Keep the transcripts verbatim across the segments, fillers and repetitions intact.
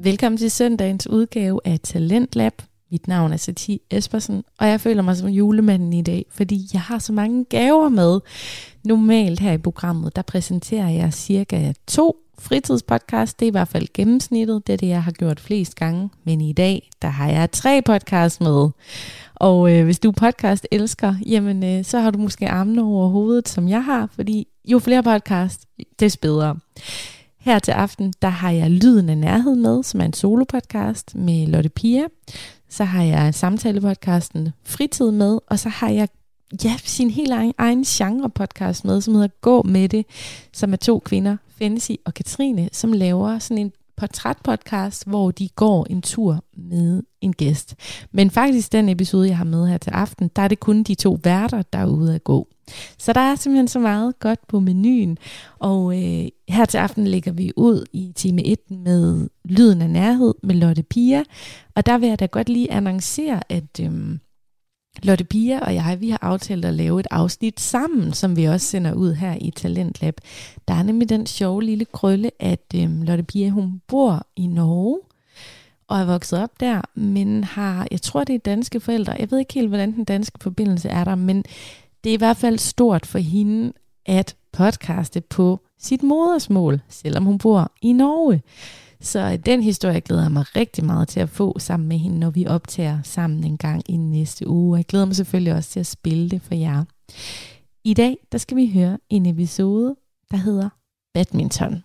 Velkommen til søndagens udgave af Talentlab. Mit navn er Satie Espersen, og jeg føler mig som julemanden i dag, fordi jeg har så mange gaver med. Normalt her i programmet, der præsenterer jeg cirka to fritidspodcasts. Det er i hvert fald gennemsnittet, det er det, jeg har gjort flest gange. Men i dag, der har jeg tre podcasts med. Og øh, hvis du er podcast elsker, jamen øh, så har du måske armene over hovedet, som jeg har, fordi jo flere podcasts, des bedre. Her til aften, der har jeg Lyden af Nærhed med, som er en solopodcast med Lotte Pia. Så har jeg samtalepodcasten Fritid med, og så har jeg ja, sin helt egen, egen genre-podcast med, som hedder Gå med det, som er to kvinder, Fancy og Katrine, som laver sådan en portrætpodcast, hvor de går en tur med en gæst. Men faktisk den episode, jeg har med her til aften, der er det kun de to værter, der er ude at gå. Så der er simpelthen så meget godt på menuen, og øh, her til aften lægger vi ud i time et med Lyden af Nærhed med Lotte Pia, og der vil jeg da godt lige annoncere, at øh, Lotte Pia og jeg, vi har aftalt at lave et afsnit sammen, som vi også sender ud her i Talentlab. Der er nemlig den sjove lille krølle, at øh, Lotte Pia, hun bor i Norge, og er vokset op der, men har, jeg tror det er danske forældre, jeg ved ikke helt, hvordan den danske forbindelse er der, men det er i hvert fald stort for hende at podcaste på sit modersmål, selvom hun bor i Norge. Så den historie glæder jeg mig rigtig meget til at få sammen med hende, når vi optager sammen en gang i næste uge. Jeg glæder mig selvfølgelig også til at spille det for jer. I dag, der skal vi høre en episode, der hedder Badminton.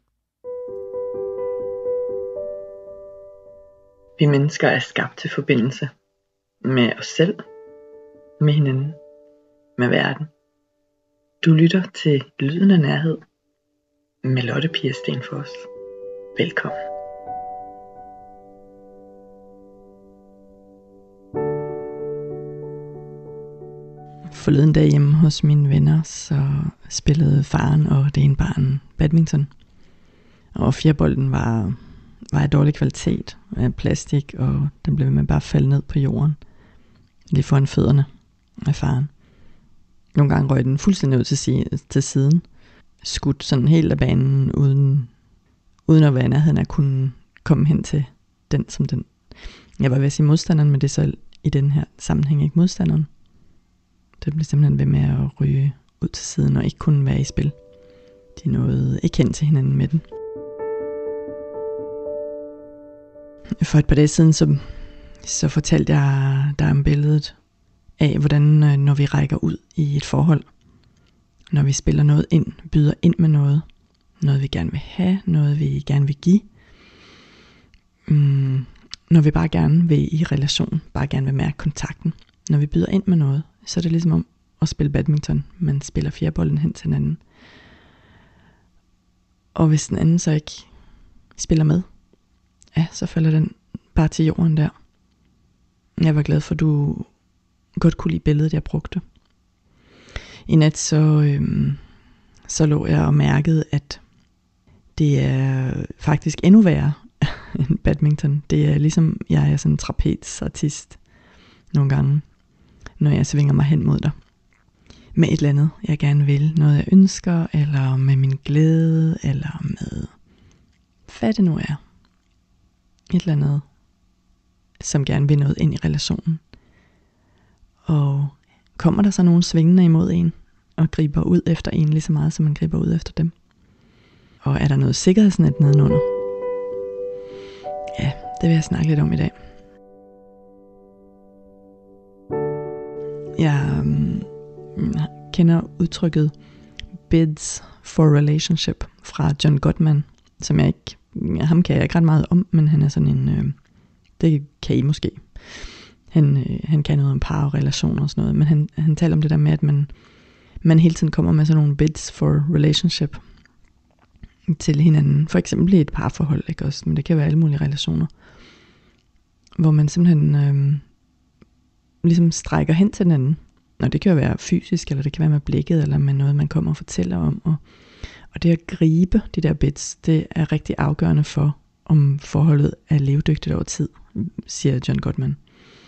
Vi mennesker er skabt til forbindelse med os selv, med hinanden, med verden. Du lytter til Lyden af Nærhed med Lotte Pia Stenfoss. Velkommen. Forleden dag hjemme hos mine venner, så spillede faren og det ene barn badminton. Og fjerbolden var, var af dårlig kvalitet af plastik, og den blev med bare at falde ned på jorden, lige foran fødderne af faren. Nogle gange røg den fuldstændig ud til, side, til siden, skudt sådan helt af banen, uden, uden at være nærheden at kunne komme hen til den som den. Jeg var ved at sige modstanderen, men det er så i den her sammenhæng ikke modstanderen. Det blev simpelthen ved med at ryge ud til siden og ikke kunne være i spil. De nåede ikke hen til hinanden med den. For et par dage siden, så, så fortalte jeg dig om billedet af, hvordan når vi rækker ud i et forhold, når vi spiller noget ind, byder ind med noget, noget vi gerne vil have, noget vi gerne vil give, mm, når vi bare gerne vil i relation, bare gerne vil mærke kontakten. Når vi byder ind med noget, så er det ligesom om at spille badminton, man spiller fjerbolden hen til den anden. Og hvis den anden så ikke spiller med, ja, så falder den bare til jorden der. Jeg var glad for, at du godt kunne lide billedet, jeg brugte. I nat så, øhm, så lå jeg og mærkede, at det er faktisk endnu værre end badminton. Det er ligesom, jeg er sådan en trapezartist nogle gange, når jeg svinger mig hen mod dig. Med et eller andet, jeg gerne vil. Noget jeg ønsker, eller med min glæde, eller med hvad det nu er. Et eller andet, som gerne vil noget ind i relationen. Og kommer der så nogen svingende imod en, og griber ud efter en lige så meget, som man griber ud efter dem? Og er der noget sikkerhedsnet nedenunder? Ja, det vil jeg snakke lidt om i dag. Jeg um, kender udtrykket bids for relationship fra John Gottman, som jeg ikke, ham kan jeg ikke ret meget om, men han er sådan en, øh, det kan I måske. Han, øh, han kan noget om par og relationer og sådan noget, men han, han taler om det der med, at man, man hele tiden kommer med sådan nogle bids for relationship til hinanden. For eksempel i et parforhold, ikke også? Men det kan være alle mulige relationer. Hvor man simpelthen øh, ligesom strækker hen til den anden. Og det kan jo være fysisk, eller det kan være med blikket, eller med noget, man kommer og fortæller om. Og, og det at gribe de der bids, det er rigtig afgørende for, om forholdet er levedygtigt over tid, siger John Gottman.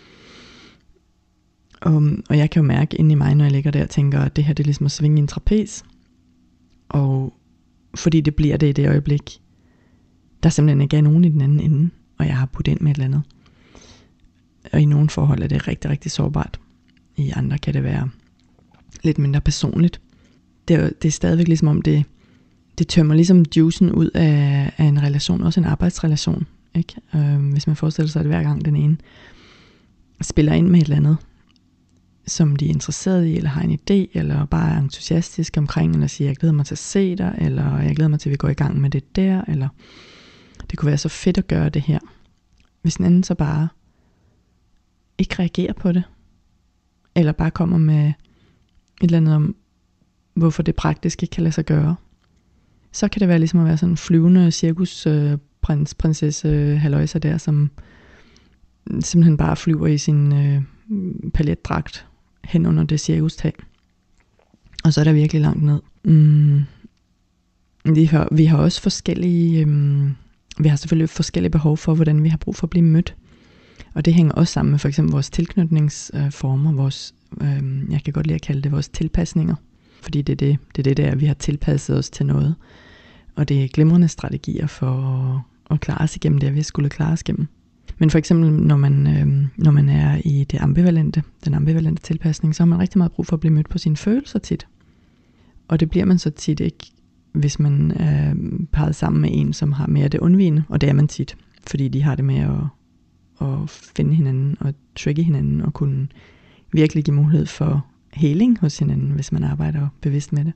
Og, og jeg kan jo mærke inde i mig, når jeg ligger der og tænker, at det her det er ligesom at svinge i en trapez. Og fordi det bliver det i det øjeblik, der simpelthen ikke er nogen i den anden ende, og jeg har budt ind med et eller andet. Og i nogle forhold er det rigtig, rigtig sårbart. I andre kan det være lidt mindre personligt. Det er, det er stadigvæk ligesom om det, det tømmer ligesom juicen ud af, af en relation, også en arbejdsrelation. Ikke? Øh, hvis man forestiller sig, at hver gang den ene spiller ind med et eller andet, som de er interesseret i, eller har en idé, eller bare er entusiastisk omkring, eller siger, jeg glæder mig til at se dig, eller jeg glæder mig til, at vi går i gang med det der, eller det kunne være så fedt at gøre det her. Hvis den anden så bare ikke reagerer på det, eller bare kommer med et eller andet om, hvorfor det praktisk ikke kan lade sig gøre, så kan det være ligesom at være sådan en flyvende cirkusprins, prinsesse halløjser der, som simpelthen bare flyver i sin øh, paletdragt hen under det cirkustag. Og så er der virkelig langt ned. Mm. Vi, har, vi har også forskellige, øh, vi har selvfølgelig forskellige behov for, hvordan vi har brug for at blive mødt. Og det hænger også sammen med for eksempel vores tilknytningsformer, vores, øh, jeg kan godt lide at kalde det vores tilpasninger. Fordi det er det, det er det der, vi har tilpasset os til noget. Og det er glimrende strategier for at, at klare os igennem det, vi skulle klare os igennem. Men for eksempel, når man, øh, når man er i det ambivalente, den ambivalente tilpasning, så har man rigtig meget brug for at blive mødt på sine følelser tit. Og det bliver man så tit ikke, hvis man er parret sammen med en, som har mere det undvigende. Og det er man tit, fordi de har det med at, at finde hinanden og trigge hinanden og kunne virkelig give mulighed for heling hos hinanden, hvis man arbejder bevidst med det.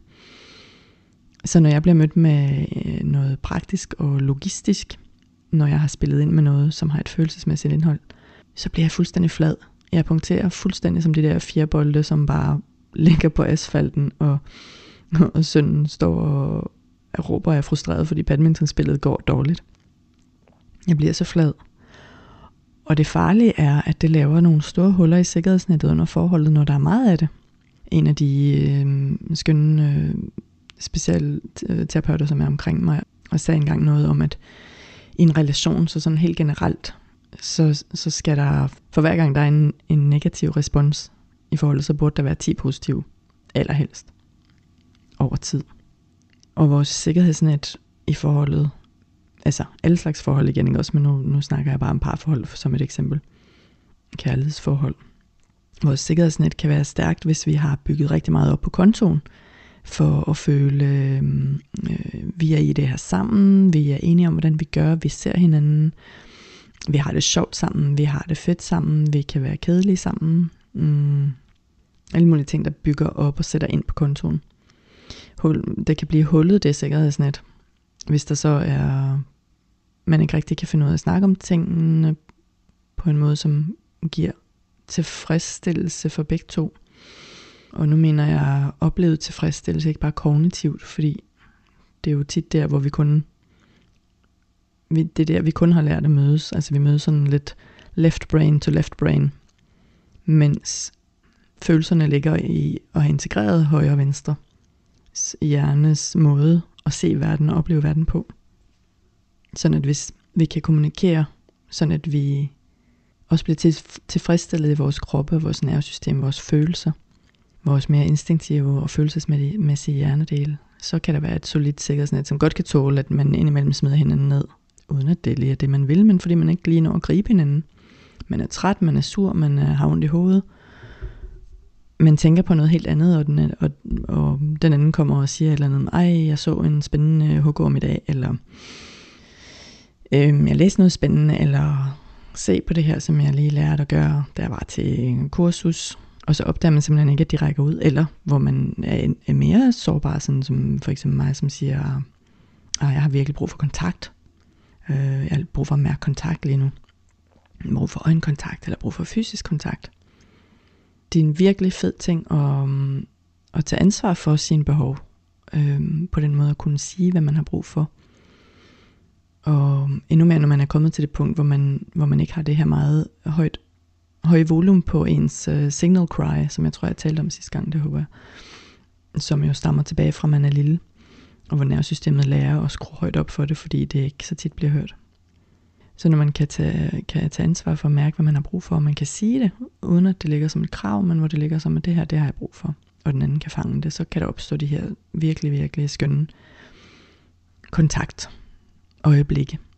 Så når jeg bliver mødt med noget praktisk og logistisk, når jeg har spillet ind med noget, som har et følelsesmæssigt indhold, så bliver jeg fuldstændig flad. Jeg punkterer fuldstændig som de der fjerbolde, som bare ligger på asfalten, og, og sønnen står og råber, er frustreret, fordi badmintonspillet går dårligt. Jeg bliver så flad. Og det farlige er, at det laver nogle store huller i sikkerhedsnettet under forholdet, når der er meget af det. En af de øh, skønne øh, specialterapeuter, som er omkring mig, og sagde engang noget om, at i en relation, så sådan helt generelt, så, så skal der, for hver gang der er en, en negativ respons i forholdet, så burde der være ti positive, allerhelst, over tid. Og vores sikkerhedsnet i forholdet, altså alle slags forhold igen, ikke også, men nu, nu snakker jeg bare om parforhold som et eksempel. Kærlighedsforhold. Vores sikkerhedsnet kan være stærkt, hvis vi har bygget rigtig meget op på kontoen, for at føle, øh, vi er i det her sammen, vi er enige om, hvordan vi gør, vi ser hinanden, vi har det sjovt sammen, vi har det fedt sammen, vi kan være kedelige sammen. Mm. Alle mulige ting, der bygger op og sætter ind på kontoen. Hul, det kan blive hullet, det sikkerhedsnet, hvis der så er, man ikke rigtig kan finde ud af at snakke om tingene på en måde, som giver tilfredsstillelse for begge to. Og nu mener jeg oplevet tilfredsstillelse, ikke bare kognitivt, fordi det er jo tit der, hvor vi kun, det er der, vi kun har lært at mødes. Altså vi mødes sådan lidt left brain to left brain, mens følelserne ligger i at have integreret højre og venstre hjernes måde at se verden og opleve verden på. Sådan at hvis vi kan kommunikere, sådan at vi også bliver til, tilfredsstillet i vores kroppe, vores nervesystem, vores følelser, vores mere instinktive og følelsesmæssige hjernedele, så kan der være et solidt sikkerhedsnet, som godt kan tåle, at man indimellem smider hinanden ned, uden at det lige er det, man vil, men fordi man ikke lige når at gribe hinanden. Man er træt, man er sur, man har ondt i hovedet, man tænker på noget helt andet, og den, og, og den anden kommer og siger et eller andet, ej, jeg så en spændende hugorm i dag, eller øhm, jeg læste noget spændende, eller se på det her, som jeg lige lærte at gøre, da jeg var til kursus. Og så opdager man simpelthen ikke, at de rækker ud, eller hvor man er, er mere sårbar, sådan som for eksempel mig, som siger, at jeg har virkelig brug for kontakt. Øh, jeg har brug for mere kontakt lige nu. Jeg har brug for øjenkontakt, eller brug for fysisk kontakt. Det er en virkelig fed ting at, at tage ansvar for sine behov. Øh, på den måde at kunne sige, hvad man har brug for. Og endnu mere, når man er kommet til det punkt, hvor man, hvor man ikke har det her meget højt høj volumen på ens uh, signal cry, som jeg tror, jeg talte om sidste gang, det håber jeg, som jo stammer tilbage fra, man er lille, og hvor nervesystemet lærer at skrue højt op for det, fordi det ikke så tit bliver hørt. Så når man kan tage, kan tage ansvar for at mærke, hvad man har brug for, og man kan sige det, uden at det ligger som et krav, men hvor det ligger som, at det her, det har jeg brug for, og den anden kan fange det, så kan der opstå de her virkelig, virkelig skønne kontakt øjeblikke,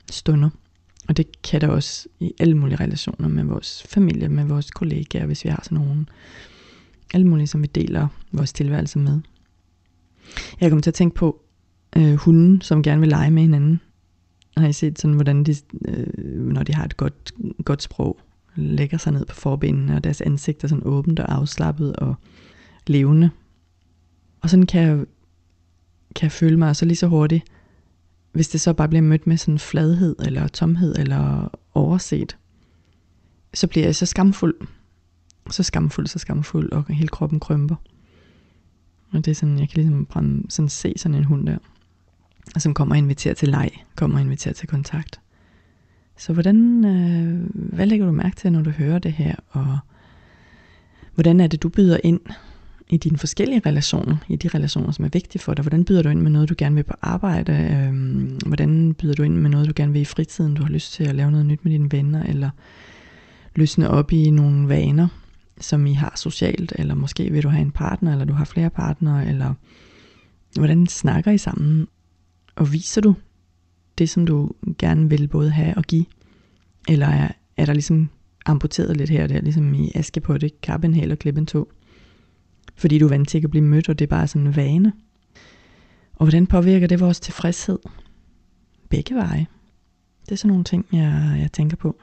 stunder. Og det kan der også i alle mulige relationer med vores familie, med vores kollegaer, hvis vi har sådan nogen. Alle mulige, som vi deler vores tilværelse med. Jeg kommer til at tænke på øh, hunden, som gerne vil lege med hinanden. Har I set sådan, hvordan de, øh, når de har et godt, godt sprog, lægger sig ned på forbenene, og deres ansigt er sådan åbent og afslappet og levende. Og sådan kan jeg, kan jeg føle mig så lige så hurtigt, hvis det så bare bliver mødt med sådan fladhed, eller tomhed, eller overset, så bliver jeg så skamfuld. Så skamfuld, så skamfuld, og hele kroppen krymper. Og det er sådan, jeg kan ligesom brænde, sådan se sådan en hund der, og som kommer og inviterer til leg, kommer og inviterer til kontakt. Så hvordan, øh, hvad lægger du mærke til, når du hører det her, og hvordan er det, du byder ind i dine forskellige relationer, i de relationer, som er vigtige for dig? Hvordan byder du ind med noget, du gerne vil på arbejde? Øh, hvordan byder du ind med noget, du gerne vil i fritiden? Du har lyst til at lave noget nyt med dine venner, eller løsne op i nogle vaner, som I har socialt, eller måske vil du have en partner, eller du har flere partnere, eller hvordan snakker I sammen? Og viser du det, som du gerne vil både have og give? Eller er, er der ligesom amputeret lidt her og der, ligesom i Askepot, ikke? Kappe en hæl og klippe en tå? Fordi du er vant til ikke at blive mødt, og det er bare sådan en vane. Og hvordan påvirker det vores tilfredshed? Begge veje. Det er sådan nogle ting, jeg, jeg tænker på.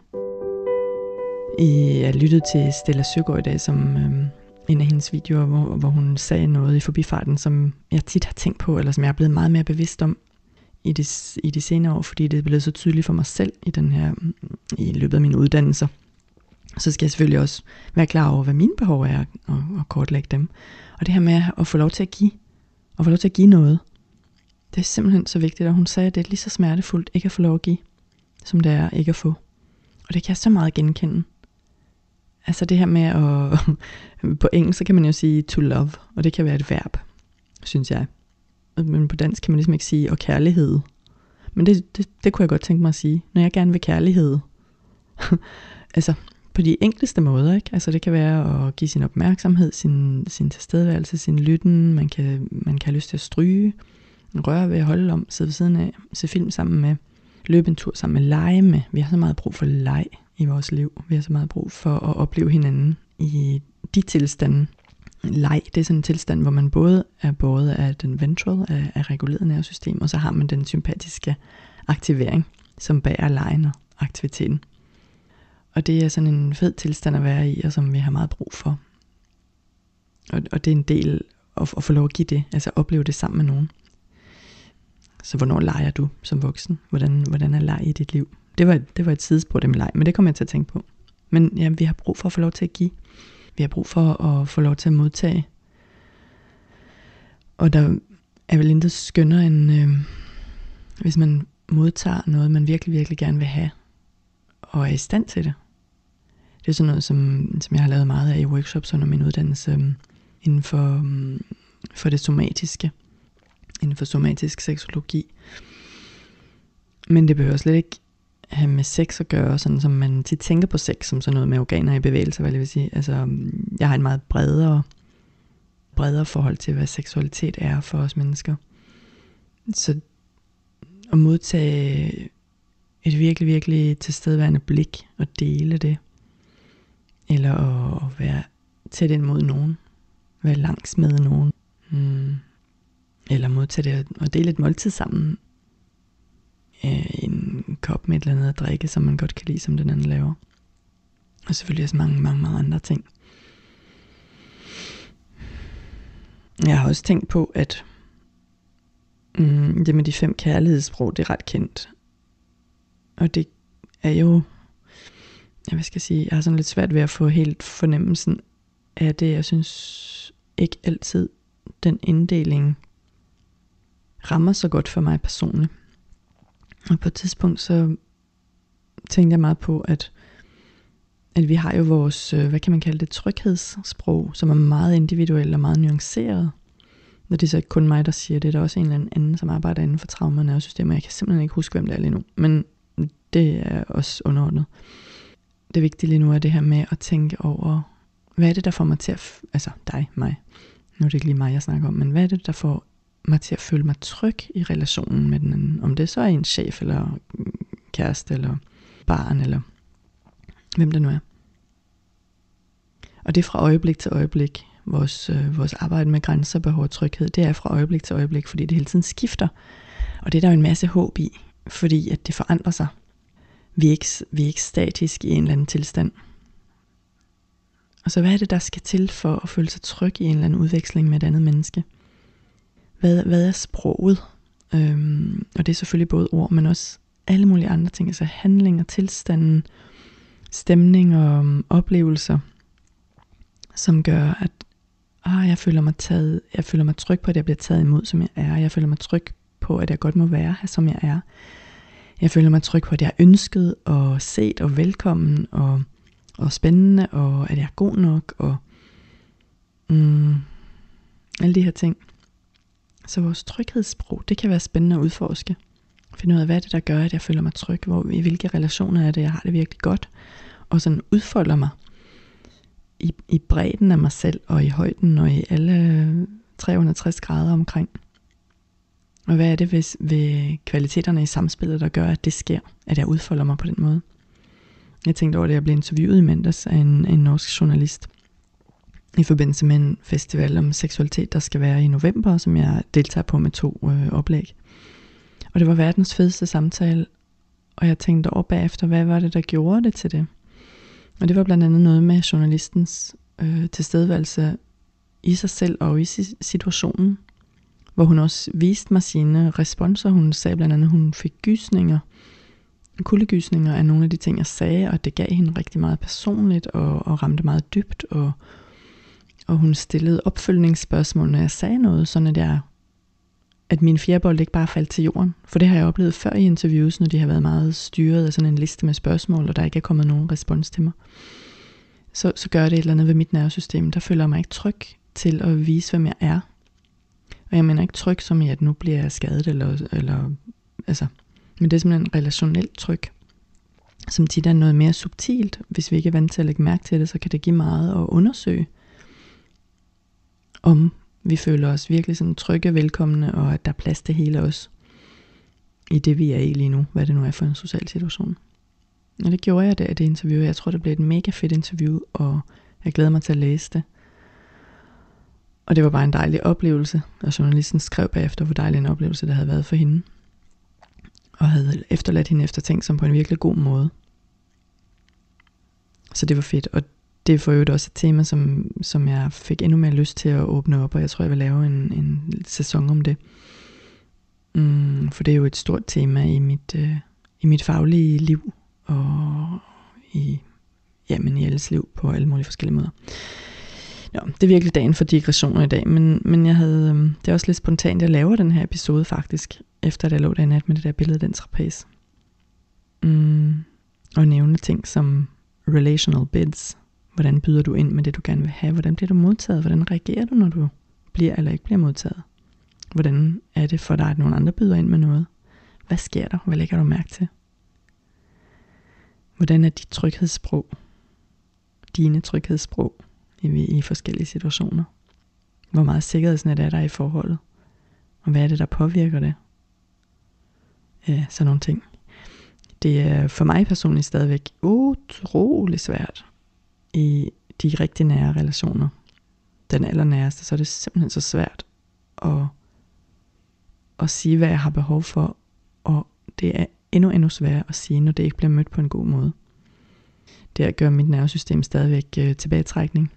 Jeg lyttede til Stella Søgaard i dag, som øh, en af hendes videoer, hvor, hvor hun sagde noget i forbifarten, som jeg tit har tænkt på, eller som jeg er blevet meget mere bevidst om i de, i de senere år, fordi det er blevet så tydeligt for mig selv i, den her, i løbet af mine uddannelser. Så skal jeg selvfølgelig også være klar over, hvad mine behov er, og, og kortlægge dem. Og det her med at få lov til at give, og få lov til at give noget, det er simpelthen så vigtigt, og hun sagde, at det er lige så smertefuldt ikke at få lov at give, som det er ikke at få. Og det kan jeg så meget genkende. Altså det her med at, på engelsk så kan man jo sige to love, og det kan være et verb, synes jeg. Men på dansk kan man ligesom ikke sige og kærlighed. Men det, det, det kunne jeg godt tænke mig at sige, når jeg gerne vil kærlighed. Altså på de enkleste måder, ikke? Altså det kan være at give sin opmærksomhed, sin, sin tilstedeværelse, sin lytten. Man kan, man kan have lyst til at stryge, røre ved at holde om, sidde ved siden af, se film sammen med, løbe en tur sammen med, lege med. Vi har så meget brug for leg i vores liv. Vi har så meget brug for at opleve hinanden i de tilstande. Leg, det er sådan en tilstand, hvor man både er båret af den ventral, af, af reguleret nervesystem, og så har man den sympatiske aktivering, som bærer legen og aktiviteten. Og det er sådan en fed tilstand at være i, og som vi har meget brug for. Og, og det er en del at, at få lov at give det, altså opleve det sammen med nogen. Så hvornår leger du som voksen? Hvordan, hvordan er leg i dit liv? Det var, det var et sidespor, det med leg, men det kommer jeg til at tænke på. Men ja, vi har brug for at få lov til at give. Vi har brug for at få lov til at modtage. Og der er vel intet skønnere end, øh, hvis man modtager noget, man virkelig, virkelig gerne vil have, og er i stand til det. Det er sådan noget, som, som jeg har lavet meget af i workshops under min uddannelse, øh, inden for, øh, for det somatiske, inden for somatisk seksologi. Men det behøver slet ikke have med sex at gøre, sådan som man tit tænker på sex, som sådan noget med organer i bevægelse, hvad jeg vil sige. Altså, jeg har et meget bredere, bredere forhold til, hvad seksualitet er for os mennesker. Så at modtage et virkelig, virkelig tilstedeværende blik, og dele det, eller at være tæt ind mod nogen, være langs med nogen, hmm. eller modtage det og dele et måltid sammen, en kop med et eller andet at drikke, som man godt kan lide, som den anden laver. Og selvfølgelig også mange, mange, mange andre ting. Jeg har også tænkt på, at mm, det med de fem kærlighedssprog, det er ret kendt. Og det er jo, jeg hvad skal jeg sige, jeg har sådan lidt svært ved at få helt fornemmelsen af det. Jeg synes ikke altid, den inddeling rammer så godt for mig personligt. Og på et tidspunkt så tænkte jeg meget på, at, at vi har jo vores, hvad kan man kalde det, tryghedssprog, som er meget individuelt og meget nuanceret. Og det er så ikke kun mig, der siger det, der er også en eller anden, som arbejder inden for trauma- og nervesystemer. Jeg kan simpelthen ikke huske, hvem det er lige nu, men det er også underordnet. Det vigtige lige nu er det her med at tænke over, hvad er det, der får mig til at, altså dig, mig, nu er det ikke lige mig, jeg snakker om, men hvad er det, der får mig til at føle mig tryg i relationen med den anden. Om det så er en chef, eller kæreste, eller barn, eller hvem det nu er. Og det er fra øjeblik til øjeblik. Vores, øh, vores arbejde med grænser, behov og tryghed, det er fra øjeblik til øjeblik, fordi det hele tiden skifter. Og det er der jo en masse håb i, fordi at det forandrer sig. Vi er ikke, vi er ikke statisk i en eller anden tilstand. Og så hvad er det, der skal til for at føle sig tryg i en eller anden udveksling med et andet menneske? Hvad, hvad er sproget? Øhm, og det er selvfølgelig både ord, men også alle mulige andre ting. Altså handlinger, tilstanden, stemning og oplevelser, som gør, at ah, jeg, føler mig taget, jeg føler mig tryg på, at jeg bliver taget imod, som jeg er. Jeg føler mig tryg på, at jeg godt må være her, som jeg er. Jeg føler mig tryg på, at jeg er ønsket og set og velkommen og, og spændende, og at jeg er god nok, og mm, alle de her ting. Så vores tryghedssprog, det kan være spændende at udforske. Finde ud af, hvad er det, der gør, at jeg føler mig tryg, hvor, i hvilke relationer er det, jeg har det virkelig godt, og sådan udfolder mig i, i bredden af mig selv, og i højden, og i alle tre hundrede og tres grader omkring. Og hvad er det ved, ved kvaliteterne i samspillet, der gør, at det sker, at jeg udfolder mig på den måde? Jeg tænkte over det, jeg blev interviewet i mandags af en, en norsk journalist, i forbindelse med en festival om seksualitet, der skal være i november, som jeg deltager på med to øh, oplæg. Og det var verdens fedeste samtale, og jeg tænkte over bagefter, hvad var det, der gjorde det til det? Og det var blandt andet noget med journalistens øh, tilstedeværelse i sig selv og i situationen, hvor hun også viste mig sine responser. Hun sagde blandt andet, at hun fik gysninger, kuldegysninger af nogle af de ting, jeg sagde, og det gav hende rigtig meget personligt og, og ramte meget dybt, og, og hun stillede opfølgningsspørgsmål, når jeg sagde noget, sådan at jeg at min fjerbold ikke bare faldt til jorden. For det har jeg oplevet før i interviews, når de har været meget styret af sådan en liste med spørgsmål, og der ikke er kommet nogen respons til mig. Så, så gør det et eller andet ved mit nervesystem. Der føler jeg mig ikke tryg til at vise, hvem jeg er. Og jeg mener ikke tryg som i, at nu bliver jeg skadet, eller, eller altså, men det er simpelthen en relationelt tryg, som tit er noget mere subtilt. Hvis vi ikke er vant til at lægge mærke til det, så kan det give meget at undersøge, om vi føler os virkelig sådan trygge, velkomne, og at der er plads til hele os i det, vi er i lige nu, hvad det nu er for en social situation. Og det gjorde jeg det, det interview. Jeg tror, det blev et mega fedt interview, og jeg glæder mig til at læse det. Og det var bare en dejlig oplevelse, og journalisten skrev bagefter, hvor dejlig en oplevelse det havde været for hende, og havde efterladt hende efter ting som på en virkelig god måde. Så det var fedt, og det er for øvrigt også et tema, som, som jeg fik endnu mere lyst til at åbne op, og jeg tror, jeg vil lave en, en sæson om det. Mm, for det er jo et stort tema i mit, øh, i mit faglige liv, og i, jamen, i alles liv på alle mulige forskellige måder. Ja, det er virkelig dagen for digressioner i dag, men, men jeg havde, øh, det er også lidt spontant, jeg laver den her episode faktisk, efter at jeg lå der i nat med det der billede af den trapez. Mm, og nævne ting som relational bids. Hvordan byder du ind med det, du gerne vil have? Hvordan bliver du modtaget? Hvordan reagerer du, når du bliver eller ikke bliver modtaget? Hvordan er det for dig, at nogle andre byder ind med noget? Hvad sker der? Hvad lægger du mærke til? Hvordan er dit tryghedssprog? Dine tryghedssprog i, i forskellige situationer? Hvor meget sikkerhedsnet er der i forholdet? Og hvad er det, der påvirker det? Ja, sådan nogle ting. Det er for mig personligt stadigvæk utrolig svært i de rigtig nære relationer. Den allernæreste, så er det simpelthen så svært at, at sige, hvad jeg har behov for, og det er endnu endnu sværere at sige, når det ikke bliver mødt på en god måde. Det at gøre mit nervesystem stadigvæk øh, tilbagetrækning.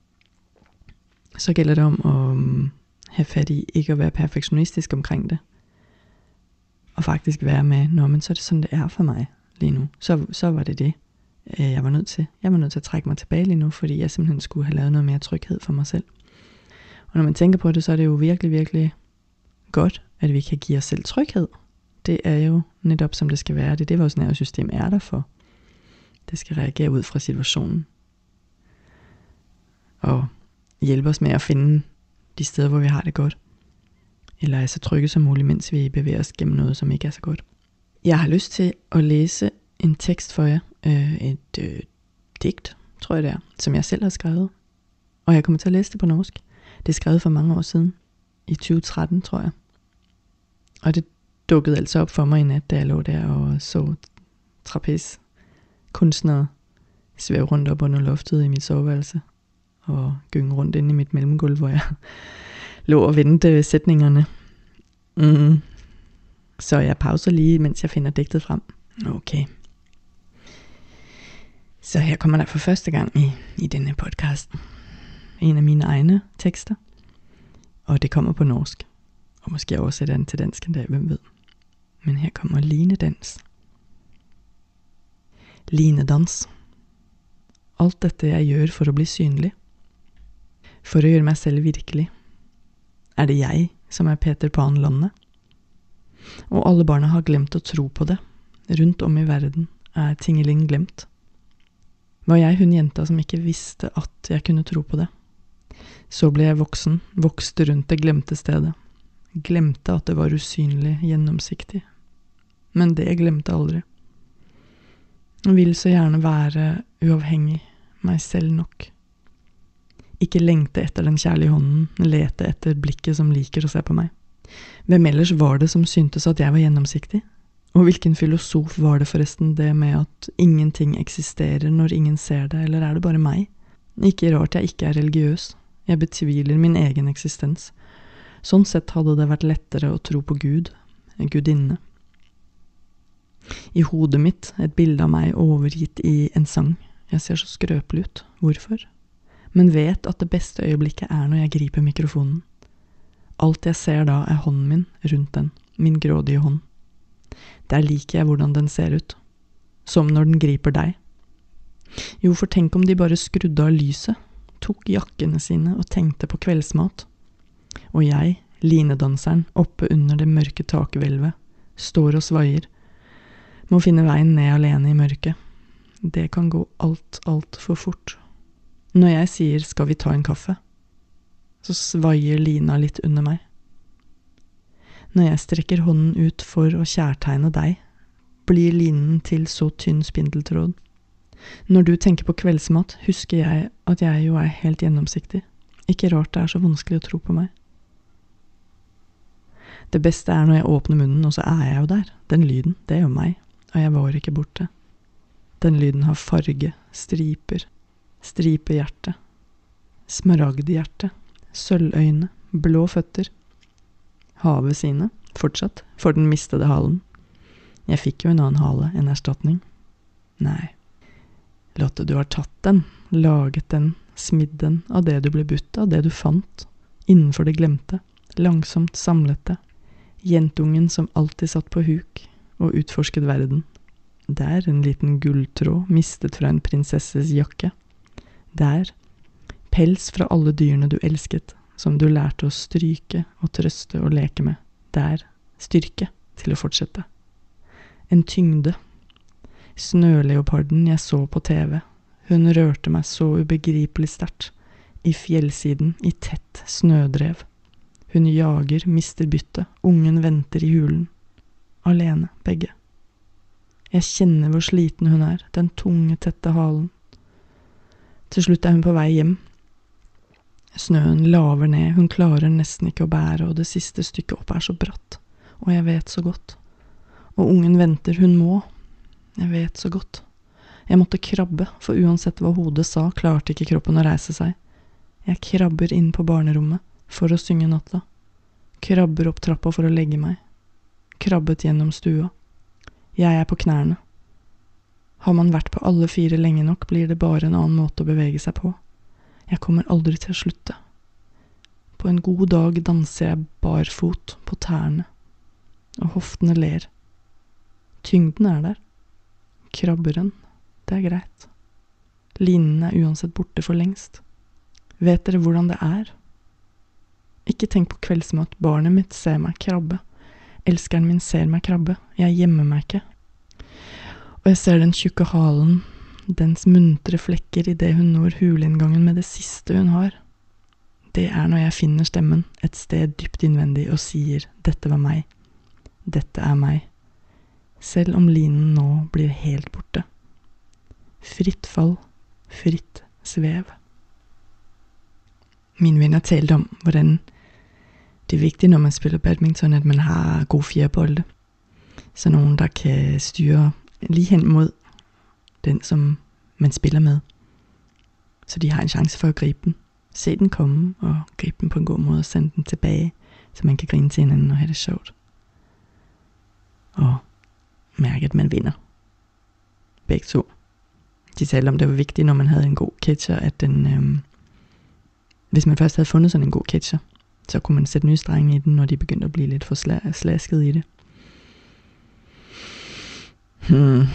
Så gælder det om at um, have fat i ikke at være perfektionistisk omkring det, og faktisk være med, nå, men så er det sådan, det er for mig lige nu. Så, så var det det, jeg var nødt til. Jeg var nødt til at trække mig tilbage lige nu, fordi jeg simpelthen skulle have lavet noget mere tryghed for mig selv. Og når man tænker på det, så er det jo virkelig, virkelig godt, at vi kan give os selv tryghed. Det er jo netop som det skal være. Det er det, vores nervesystem er der for. Det skal reagere ud fra situationen. Og hjælpe os med at finde de steder, hvor vi har det godt. Eller er så trygge som muligt, mens vi bevæger os gennem noget, som ikke er så godt. Jeg har lyst til at læse en tekst for jer. Øh, et øh, digt, tror jeg det er, som jeg selv har skrevet. Og jeg kommer til at læse det på norsk. Det er skrevet for mange år siden. I tyve tretten, tror jeg. Og det dukkede altså op for mig i nat, da jeg lå der og så trapez kunstnere svæve rundt op under loftet i mit soveværelse og gynge rundt inde i mit mellemgulv, hvor jeg lå og vendte sætningerne. Mm. Så jeg pauser lige, mens jeg finder digtet frem. Okay. Så her kommer der for første gang i, i denne podcast en af mine egne tekster. Og det kommer på norsk. Og måske oversætter den til dansk en dag, hvem ved. Men her kommer linedans. Linedans. Alt dette jeg gjør for å bli synlig. For å gjøre meg selv virkelig. Er det jeg som er Peter Pan-landet? Og alle barna har glemt å tro på det. Rundt om i verden er Tingeling glemt. Var jeg hun jenta som ikke visste at jeg kunne tro på det? Så ble jeg voksen, vokste rundt det glemte stedet. Glemte at det var usynlig, gjennomsiktig. Men det glemte aldri. Jeg vil så gjerne være uavhengig, meg selv nok. Ikke lengte etter den kjærlige hånden, lete etter blikket som liker å se på meg. Hvem ellers var det som syntes at jeg var gjennomsiktig? Og hvilken filosof var det forresten det med at ingenting eksisterer når ingen ser det, eller er det bare meg? Ikke rart jeg ikke er religiøs. Jeg betviler min egen eksistens. Sånn sett hadde det vært lettere å tro på Gud, en gudinne. I hodet mitt et bilde av meg overgitt i en sang. Jeg ser så skrøpelig ut. Hvorfor? Men vet at det beste øyeblikket er når jeg griper mikrofonen. Alt jeg ser da er hånden min rundt den, min grådige hånd. Der liker jeg hvordan den ser ut. Som når den griper deg. Jo, for tenk om de bare skrudde av lyset, tok jakkene sine og tenkte på kveldsmat. Og jeg, linedanseren, oppe under det mørke takhvelvet, står og svaier. Må finne veien ned alene i mørket. Det kan gå alt, alt for fort. Når jeg sier, skal vi ta en kaffe? Så svaier lina litt under meg. Når jeg strekker hånden ut for å kjærtegne deg, blir linen til så tynn spindeltråd. Når du tenker på kveldsmat, husker jeg at jeg jo er helt gjennomsiktig. Ikke rart det er så vanskelig å tro på meg. Det beste er når jeg åpner munnen, og så er jeg jo der. Den lyden, det er jo meg, og jeg var ikke borte. Den lyden har farge, striper, stripehjerte, smaragdhjerte, sølvøyne, blå føtter. Havet sine, fortsatt, for den mistede halen. Jeg fikk jo en annen hale, en erstatning. Nei. Lotte, du har tatt den, laget den, smidd den av det du ble budt av, det du fant, innenfor det glemte, langsomt samlet det. Jentungen som alltid satt på huk og utforsket verden. Der en liten gulltråd mistet fra en prinsesses jakke. Der, pels fra alle dyrene du elsket, som du lærte å stryke og trøste og leke med. Der, styrke til å fortsette. En tyngde. Snøleoparden jeg så på T V. Hun rørte meg så ubegripelig sterkt. I fjellsiden, i tett snødrev. Hun jager, mister byttet. Ungen venter i hulen. Alene, begge. Jeg kjenner hvor sliten hun er, den tunge, tette halen. Til slutt er hun på vei hjem. Snøen laver ned, hun klarer nesten ikke å bære, og det siste stykket opp er så bratt. Og jeg vet så godt. Og ungen venter, hun må. Jeg vet så godt. Jeg måtte krabbe, for uansett hva hodet sa, klarte ikke kroppen å reise seg. Jeg krabber inn på barnerommet for å synge natta. Krabber opp trappa for å legge meg. Krabbet gjennom stua. Jeg er på knærne. Har man vært på alle fire lenge nok, blir det bare en annen måte å bevege seg på. Jeg kommer aldri til å slutte. På en god dag danser jeg barfot på tærne, og hoftene ler. Tyngden er der. Krabberen, det er greit. Linene er uansett borte for lengst. Vet dere hvordan det er? Ikke tenk på kveldsmat, barnet mitt ser meg krabbe. Elskeren min ser meg krabbe, jeg gjemmer meg ikke. Og jeg ser den tjukke halen, dens muntre flekker i det hun når huleinngangen med det siste hun har. Det er når jeg finner stemmen et sted dypt innvendig og sier, dette var meg. Dette er meg. Selv om linen nå blir helt borte. Fritt fall, fritt svev. Min vinder talte om, hvordan det er vigtigt, når man spiller badminton, at man har god fjerbolle. Så nogen, der kan styre lige hen mod den, som man spiller med. Så de har en chance for at gribe den. Se den komme og gribe den på en god måde og sende den tilbage, så man kan grine til hinanden og have det sjovt. Og mærke, at man vinder. Begge to. De talte om, det var vigtigt, når man havde en god catcher, at den, øhm, hvis man først havde fundet sådan en god catcher, så kunne man sætte nye strenge i den, når de begyndte at blive lidt for sla- slasket i det. Hmm.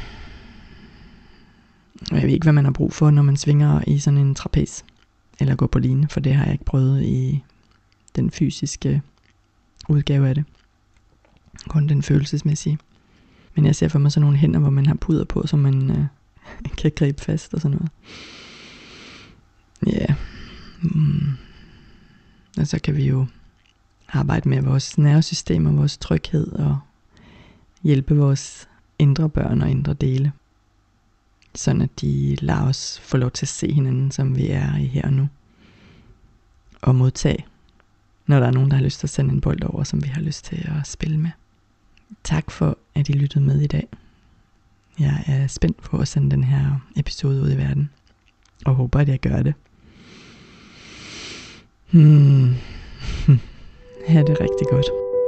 Jeg ved ikke, hvad man har brug for, når man svinger i sådan en trapez, eller går på line, for det har jeg ikke prøvet i den fysiske udgave af det. Kun den følelsesmæssige. Men jeg ser for mig sådan nogle hænder, hvor man har puder på, så man øh, kan gribe fast og sådan noget. Ja. Yeah. Mm. Og så kan vi jo arbejde med vores nervesystem og vores tryghed og hjælpe vores indre børn og indre dele. Sådan at de lader os få lov til at se hinanden, som vi er i her og nu. Og modtage, når der er nogen, der har lyst til at sende en bold over, som vi har lyst til at spille med. Tak for, at I lyttede med i dag. Jeg er spændt på at sende den her episode ud i verden. Og håber, at jeg gør det. Hmm. Ha' det rigtig godt.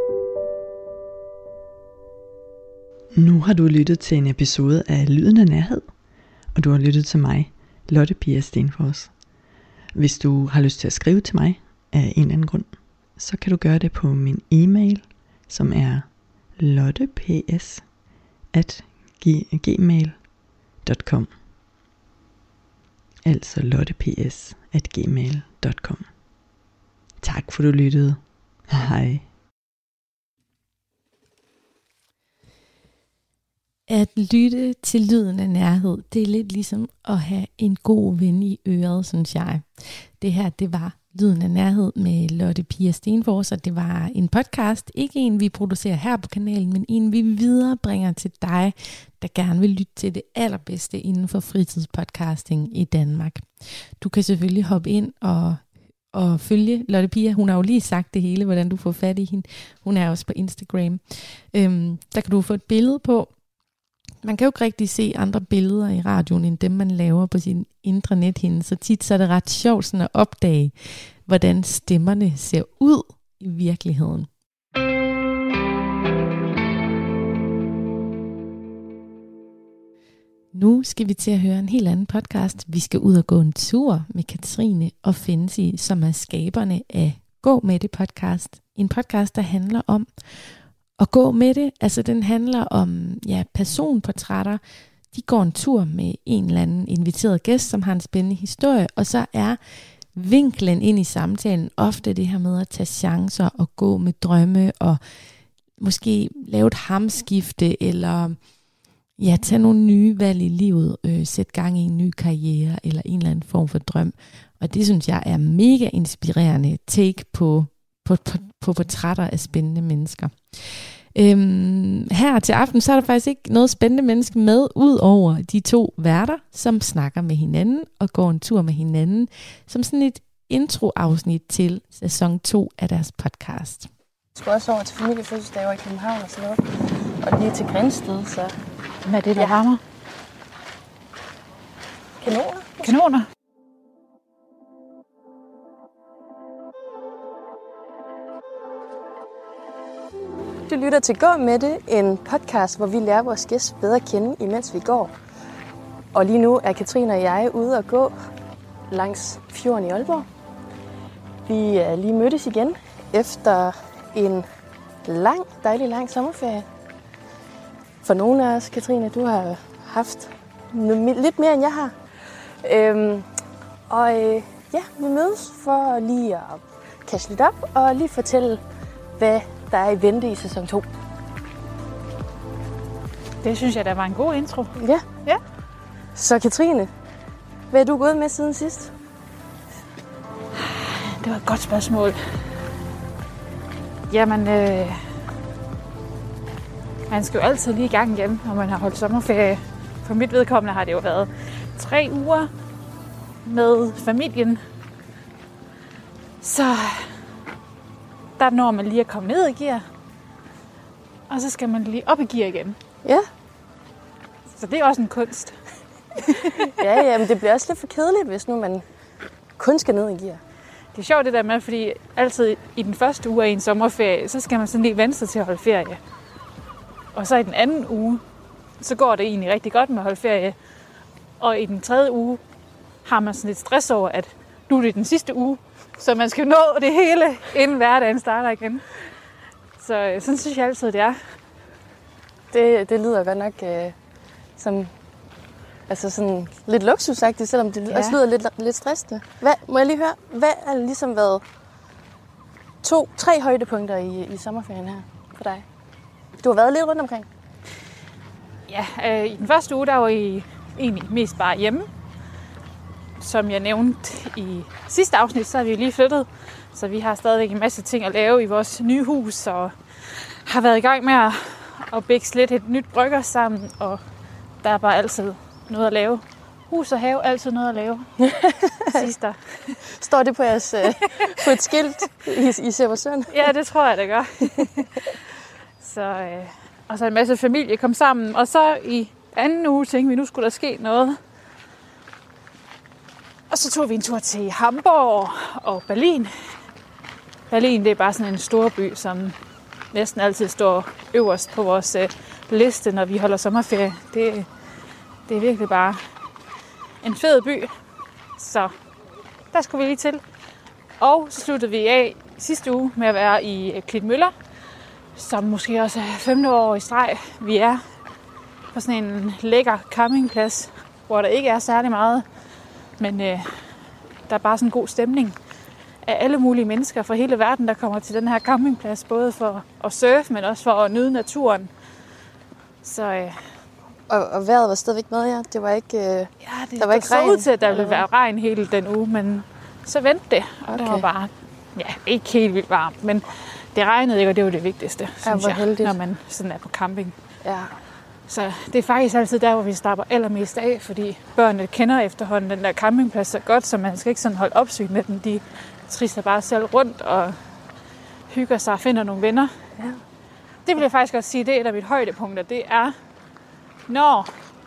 Nu har du lyttet til en episode af Lyden af Nærhed. Og du har lyttet til mig, Lotte Pia Stenfors. Hvis du har lyst til at skrive til mig af en eller anden grund, så kan du gøre det på min e-mail, som er lotteps at gmail punktum com. Altså lotteps at gmail punktum com. Tak for du lyttede. Hej. At lytte til lyden af nærhed, det er lidt ligesom at have en god ven i øret, synes jeg. Det her, det var Lyden af Nærhed med Lotte Pia Stenfors, og det var en podcast, ikke en vi producerer her på kanalen, men en vi viderebringer til dig, der gerne vil lytte til det allerbedste inden for fritidspodcasting i Danmark. Du kan selvfølgelig hoppe ind og og følge Lotte Pia. Hun har jo lige sagt det hele, hvordan du får fat i hende. Hun er også på Instagram. Øhm, der kan du få et billede på. Man kan jo ikke rigtig se andre billeder i radioen, end dem man laver på sin indre nethinde. Så tit så er det ret sjovt sådan at opdage, hvordan stemmerne ser ud i virkeligheden. Nu skal vi til at høre en helt anden podcast. Vi skal ud og gå en tur med Katrine og Fensi, som er skaberne af Gå Med Det podcast. En podcast, der handler om at gå med det. Altså den handler om ja, personportrætter. De går en tur med en eller anden inviteret gæst, som har en spændende historie. Og så er vinklen ind i samtalen ofte det her med at tage chancer og gå med drømme og måske lave et hamskifte eller ja, tage nogle nye valg i livet, øh, sætte gang i en ny karriere eller en eller anden form for drøm. Og det synes jeg er mega inspirerende take på, på, på, på portrætter af spændende mennesker. Øhm, her til aften, så er der faktisk ikke noget spændende menneske med, ud over de to værter, som snakker med hinanden og går en tur med hinanden, som sådan et introafsnit til sæson to af deres podcast. Jeg skulle også over til familiefødselsdag over i København og sådan noget, og lige til Grindsted, så... Hvad er det, der varmer? Kanoner. Kanoner? Du lytter til Gå Med Det, en podcast, hvor vi lærer vores gæst bedre at kende, imens vi går. Og lige nu er Katrine og jeg ude at gå langs fjorden i Aalborg. Vi er lige mødtes igen efter en lang, dejlig lang sommerferie. For nogle af os, Katrine, du har haft lidt mere, end jeg har. Øhm, og øh, ja, vi mødes for lige at kaste lidt op og lige fortælle, hvad der er i vente i sæson to. Det synes jeg, der var en god intro. Ja. Ja. Så Katrine, hvad er du gået med siden sidst? Det var et godt spørgsmål. Jamen, øh, man skal jo altid lige i gang igen, når man har holdt sommerferie. For mit vedkommende har det jo været tre uger med familien. Så der når man lige at komme ned i gear. Og så skal man lige op i gear igen. Ja. Så det er også en kunst. Ja, ja, men det bliver også lidt for kedeligt, hvis nu man kun skal ned i gear. Det er sjovt det der med, fordi altid i den første uge af en sommerferie, så skal man sådan lige vende sig til at holde ferie. Og så i den anden uge, så går det egentlig rigtig godt med at holde ferie. Og i den tredje uge har man sådan lidt stress over, at nu er det den sidste uge, så man skal nå det hele, inden hverdagen starter igen. Så sådan synes jeg altid, det er. Det, det lyder godt nok øh, som altså sådan lidt luksusagtigt, selvom det ja. også lyder lidt, lidt stressende. Hvad, må jeg lige høre, hvad har ligesom været to, tre højdepunkter i, i sommerferien her for dig? Du har været lidt rundt omkring. Ja, øh, i den første uge, der var I egentlig mest bare hjemme. Som jeg nævnte i sidste afsnit, så har vi jo lige flyttet. Så vi har stadigvæk en masse ting at lave i vores nye hus, og har været i gang med at, at bækse lidt et nyt brygger sammen, og der er bare altid noget at lave. Hus og have, altid noget at lave. Sidste. Står det på, jeres, øh, på et skilt i, i Seversøn? Ja, det tror jeg, det gør. så, øh, og så en masse familie kom sammen, og så i anden uge tænkte vi, nu skulle der ske noget. Og så tog vi en tur til Hamburg og Berlin. Berlin, det er bare sådan en stor by, som næsten altid står øverst på vores øh, liste, når vi holder sommerferie. Det, det er virkelig bare en fed by. Så der skulle vi lige til. Og så sluttede vi af sidste uge med at være i Klitmøller, som måske også er femte år i streg. Vi er på sådan en lækker campingplads, hvor der ikke er særlig meget, men øh, der er bare sådan en god stemning af alle mulige mennesker fra hele verden, der kommer til den her campingplads, både for at surfe, men også for at nyde naturen. Så, øh, og, og vejret var stadigvæk med jer? Det var ikke øh, ja, det der var ikke så regn? ud til, at der ville være regn hele den uge, men så vendte det, og okay. Det var bare, ja, ikke helt vildt varmt, men det regnede ikke, og det var det vigtigste, synes jeg, heldigt. Når man sådan er på camping. Ja. Så det er faktisk altid der, hvor vi slapper allermest af, fordi børnene kender efterhånden den der campingplads så godt, så man skal ikke sådan holde opsyn med dem. De trisser bare selv rundt og hygger sig og finder nogle venner. Ja. Det vil jeg faktisk også sige, det er et af mine højdepunkter. Det er, når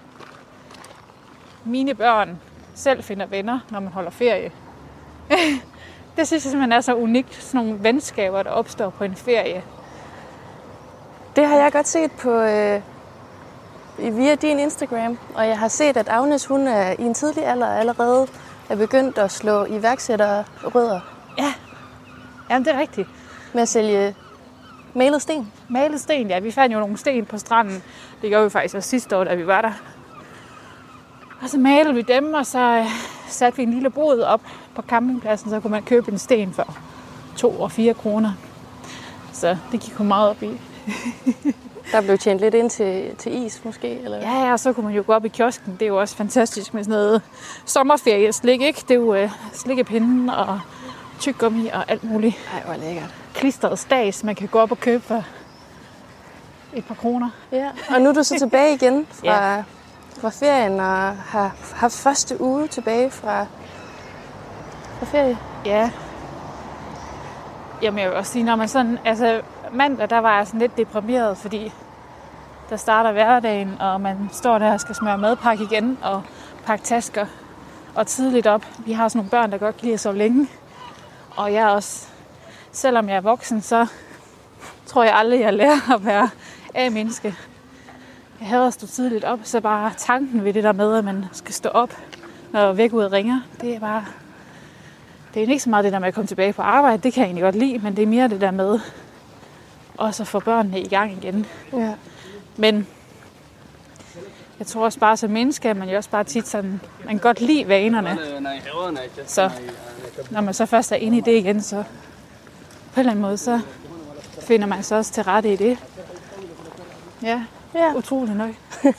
mine børn selv finder venner, når man holder ferie. Det synes jeg simpelthen er så unikt. Sådan nogle venskaber, der opstår på en ferie. Det har jeg godt set på øh, via din Instagram, og jeg har set, at Agnes, hun er i en tidlig alder allerede er begyndt at slå iværksætterrødder. Ja, jamen det er rigtigt. Med at sælge malet sten. Malet sten, ja. Vi fandt jo nogle sten på stranden. Det gjorde vi faktisk også sidste år, da vi var der. Og så malede vi dem, og så satte vi en lille bod op på campingpladsen, så kunne man købe en sten for to og fire kroner. Så det gik jo meget op i. Der blev tjent lidt ind til, til is måske? Eller? Ja, og så kunne man jo gå op i kiosken. Det er jo også fantastisk med sådan noget sommerferie-slik, ikke? Det er jo øh, slikkepinden og tyggegummi og alt muligt. Ej, hvor lækkert. Klistret stads, man kan gå op og købe for et par kroner. Ja, og nu er du så tilbage igen fra, ja. fra ferien og har haft første uge tilbage fra, fra ferie. Ja. Jamen jeg vil også sige, når man sådan, altså mandag, der var jeg sådan lidt deprimeret, fordi der starter hverdagen, og man står der og skal smøre madpakke igen og pakke tasker og tidligt op. Vi har sådan nogle børn, der godt kan lide at sove længe. Og jeg er også, selvom jeg er voksen, så tror jeg aldrig, jeg lærer at være A-menneske. Jeg hader at stå tidligt op, så bare tanken ved det der med, at man skal stå op, når vækkeuret ringer, det er bare... Det er ikke så meget det der med at komme tilbage på arbejde, det kan jeg egentlig godt lide, men det er mere det der med også at få børnene i gang igen. Ja. Men jeg tror også bare som menneske, at man jo også bare tit sådan, man kan godt lide vanerne. Så når man så først er inde i det igen, så på en eller anden måde, så finder man sig også til rette i det. Ja, ja. Utroligt nok.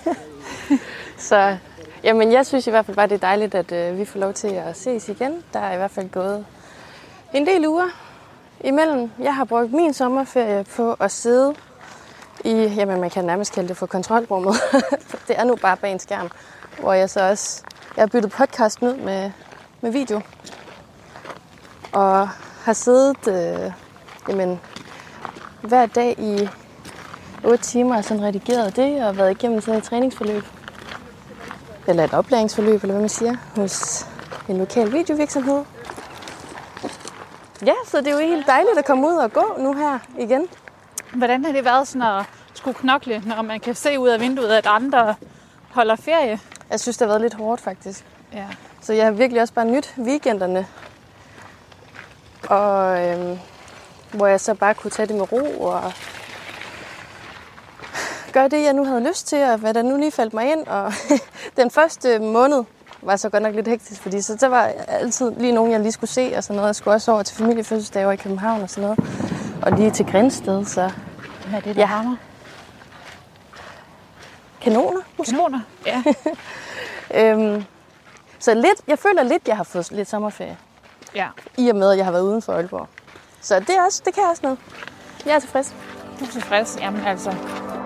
Så jamen, jeg synes i hvert fald bare, det er dejligt, at øh, vi får lov til at ses igen. Der er i hvert fald gået en del uger imellem. Jeg har brugt min sommerferie på at sidde i, jamen man kan nærmest kalde det for kontrolrummet. Det er nu bare bag en skærm, hvor jeg så også, jeg har byttet podcasten ud med, med video. Og har siddet øh, jamen, hver dag i otte timer og sådan redigeret det, og været igennem sådan et træningsforløb. eller et oplæringsforløb, eller hvad man siger, hos en lokal videovirksomhed. Ja, så det er jo helt dejligt at komme ud og gå nu her igen. Hvordan har det været sådan at skulle knokle, når man kan se ud af vinduet, at andre holder ferie? Jeg synes, det har været lidt hårdt, faktisk. Ja. Så jeg har virkelig også bare nyt weekenderne. Og øhm, hvor jeg så bare kunne tage det med ro og gøre det, jeg nu havde lyst til, og hvad der nu lige faldt mig ind. Og den første måned var så godt nok lidt hektisk, fordi så der var altid lige nogen, jeg lige skulle se og sådan noget. Jeg skulle også over til familiefødselsdag i København og sådan noget. Og lige til Grindsted, så... Hvad er det, der ja. rammer? Kanoner, måske. Kanoner, ja. øhm, så lidt, jeg føler lidt, jeg har fået lidt sommerferie. Ja. I og med, at jeg har været uden for Aalborg. Så det, er også, det kan også noget. Jeg er tilfreds. Du er tilfreds? Jamen altså...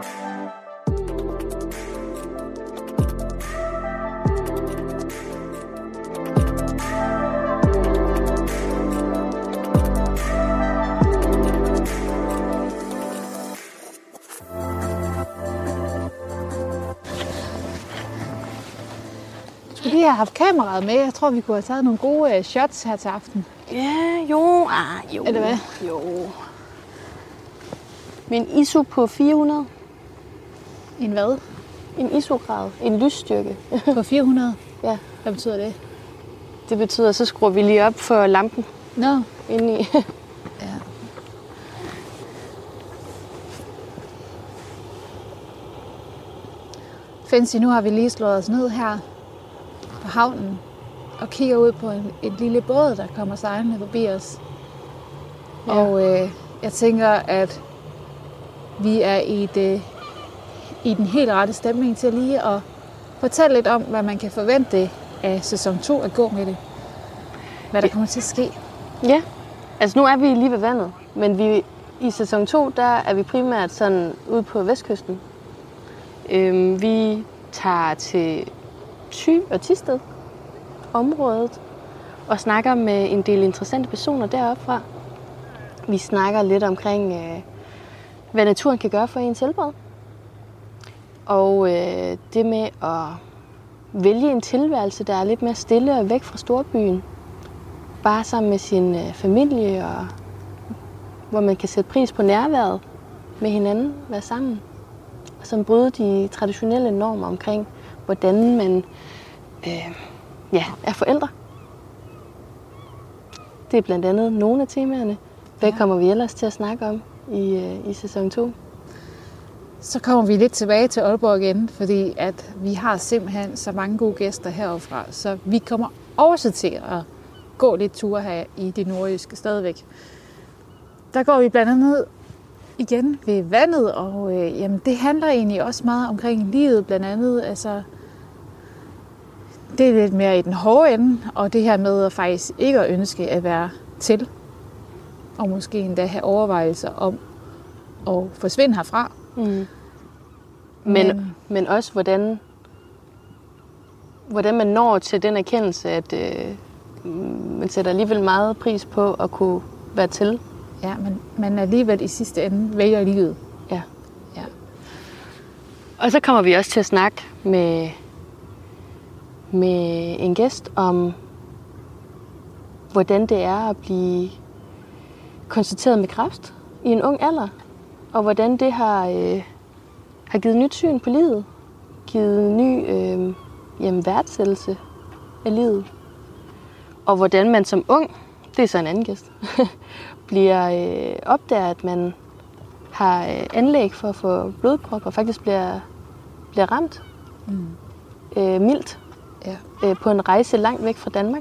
Skulle vi have haft kameraet med? Jeg tror, vi kunne have taget nogle gode shots her til aften. Ja, jo. Ah, jo. Eller hvad? Jo. Med en I S O på fire hundrede. En hvad? En I S O-grad. En lysstyrke. På fire hundrede? Ja. Hvad betyder det? Det betyder, så skruer vi lige op for lampen Nå. No. indeni. Ja. Fancy, nu har vi lige slået os ned her på havnen og kigger ud på en, et lille båd, der kommer sejlende forbi os. Ja. Og øh, jeg tænker, at vi er i, det, i den helt rette stemning til lige at fortælle lidt om, hvad man kan forvente af sæson to at gå med det. Hvad der kommer til at ske. Ja, altså nu er vi lige ved vandet, men vi, i sæson to, der er vi primært sådan ude på vestkysten. Øhm, vi tager til Thy og Thisted området og snakker med en del interessante personer deroppe fra. Vi snakker lidt omkring, øh, hvad naturen kan gøre for ens helbred. Og øh, det med at vælge en tilværelse, der er lidt mere stille og væk fra storbyen. Bare sammen med sin øh, familie, og hvor man kan sætte pris på nærværet med hinanden, være sammen. Og så bryde de traditionelle normer omkring, hvordan man øh, ja, er forældre. Det er blandt andet nogle af temaerne. Hvad ja. kommer vi ellers til at snakke om i, øh, i sæson to? Så kommer vi lidt tilbage til Aalborg igen, fordi at vi har simpelthen så mange gode gæster heroverfra, så vi kommer også til at gå lidt ture her i det nordjyske stadigvæk. Der går vi blandt andet igen ved vandet, og øh, jamen, det handler egentlig også meget omkring livet, blandt andet. Altså, det er lidt mere i den hårde ende, og det her med at faktisk ikke at ønske at være til, og måske endda have overvejelser om at forsvinde herfra. Mm. Men, Men, men også, hvordan, hvordan man når til den erkendelse, at øh, man sætter alligevel meget pris på at kunne være til. ja, men man alligevel i sidste ende vælger livet. Ja. Ja. Og så kommer vi også til at snakke med, med en gæst om, hvordan det er at blive konstateret med kræft i en ung alder. Og hvordan det har, øh, har givet nyt syn på livet. Givet ny øh, jamen, værdsættelse af livet. Og hvordan man som ung, det er så en anden gæst, bliver øh, opdager, at man har øh, anlæg for at få blodprop og faktisk bliver, bliver ramt mm. øh, mildt Ja. øh, på en rejse langt væk fra Danmark.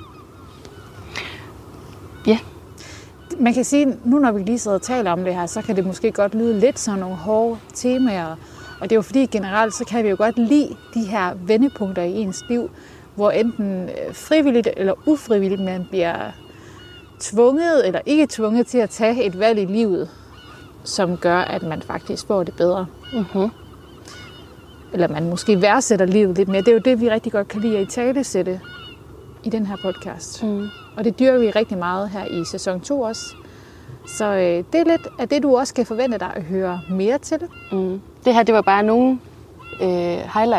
Ja. Man kan sige, nu når vi lige sidder og taler om det her, så kan det måske godt lyde lidt sådan nogle hårde temaer. Og det er jo fordi generelt, så kan vi jo godt lide de her vendepunkter i ens liv, hvor enten frivilligt eller ufrivilligt man bliver tvunget eller ikke tvunget til at tage et valg i livet, som gør, at man faktisk får det bedre. Mm-hmm. Eller man måske værdsætter livet lidt mere. Det er jo det, vi rigtig godt kan lide at italesætte i den her podcast. Mm. Og det dyrker vi rigtig meget her i sæson to også. Så øh, det er lidt af det, du også kan forvente dig at høre mere til. Mm. Det her, det var bare nogle øh, highlights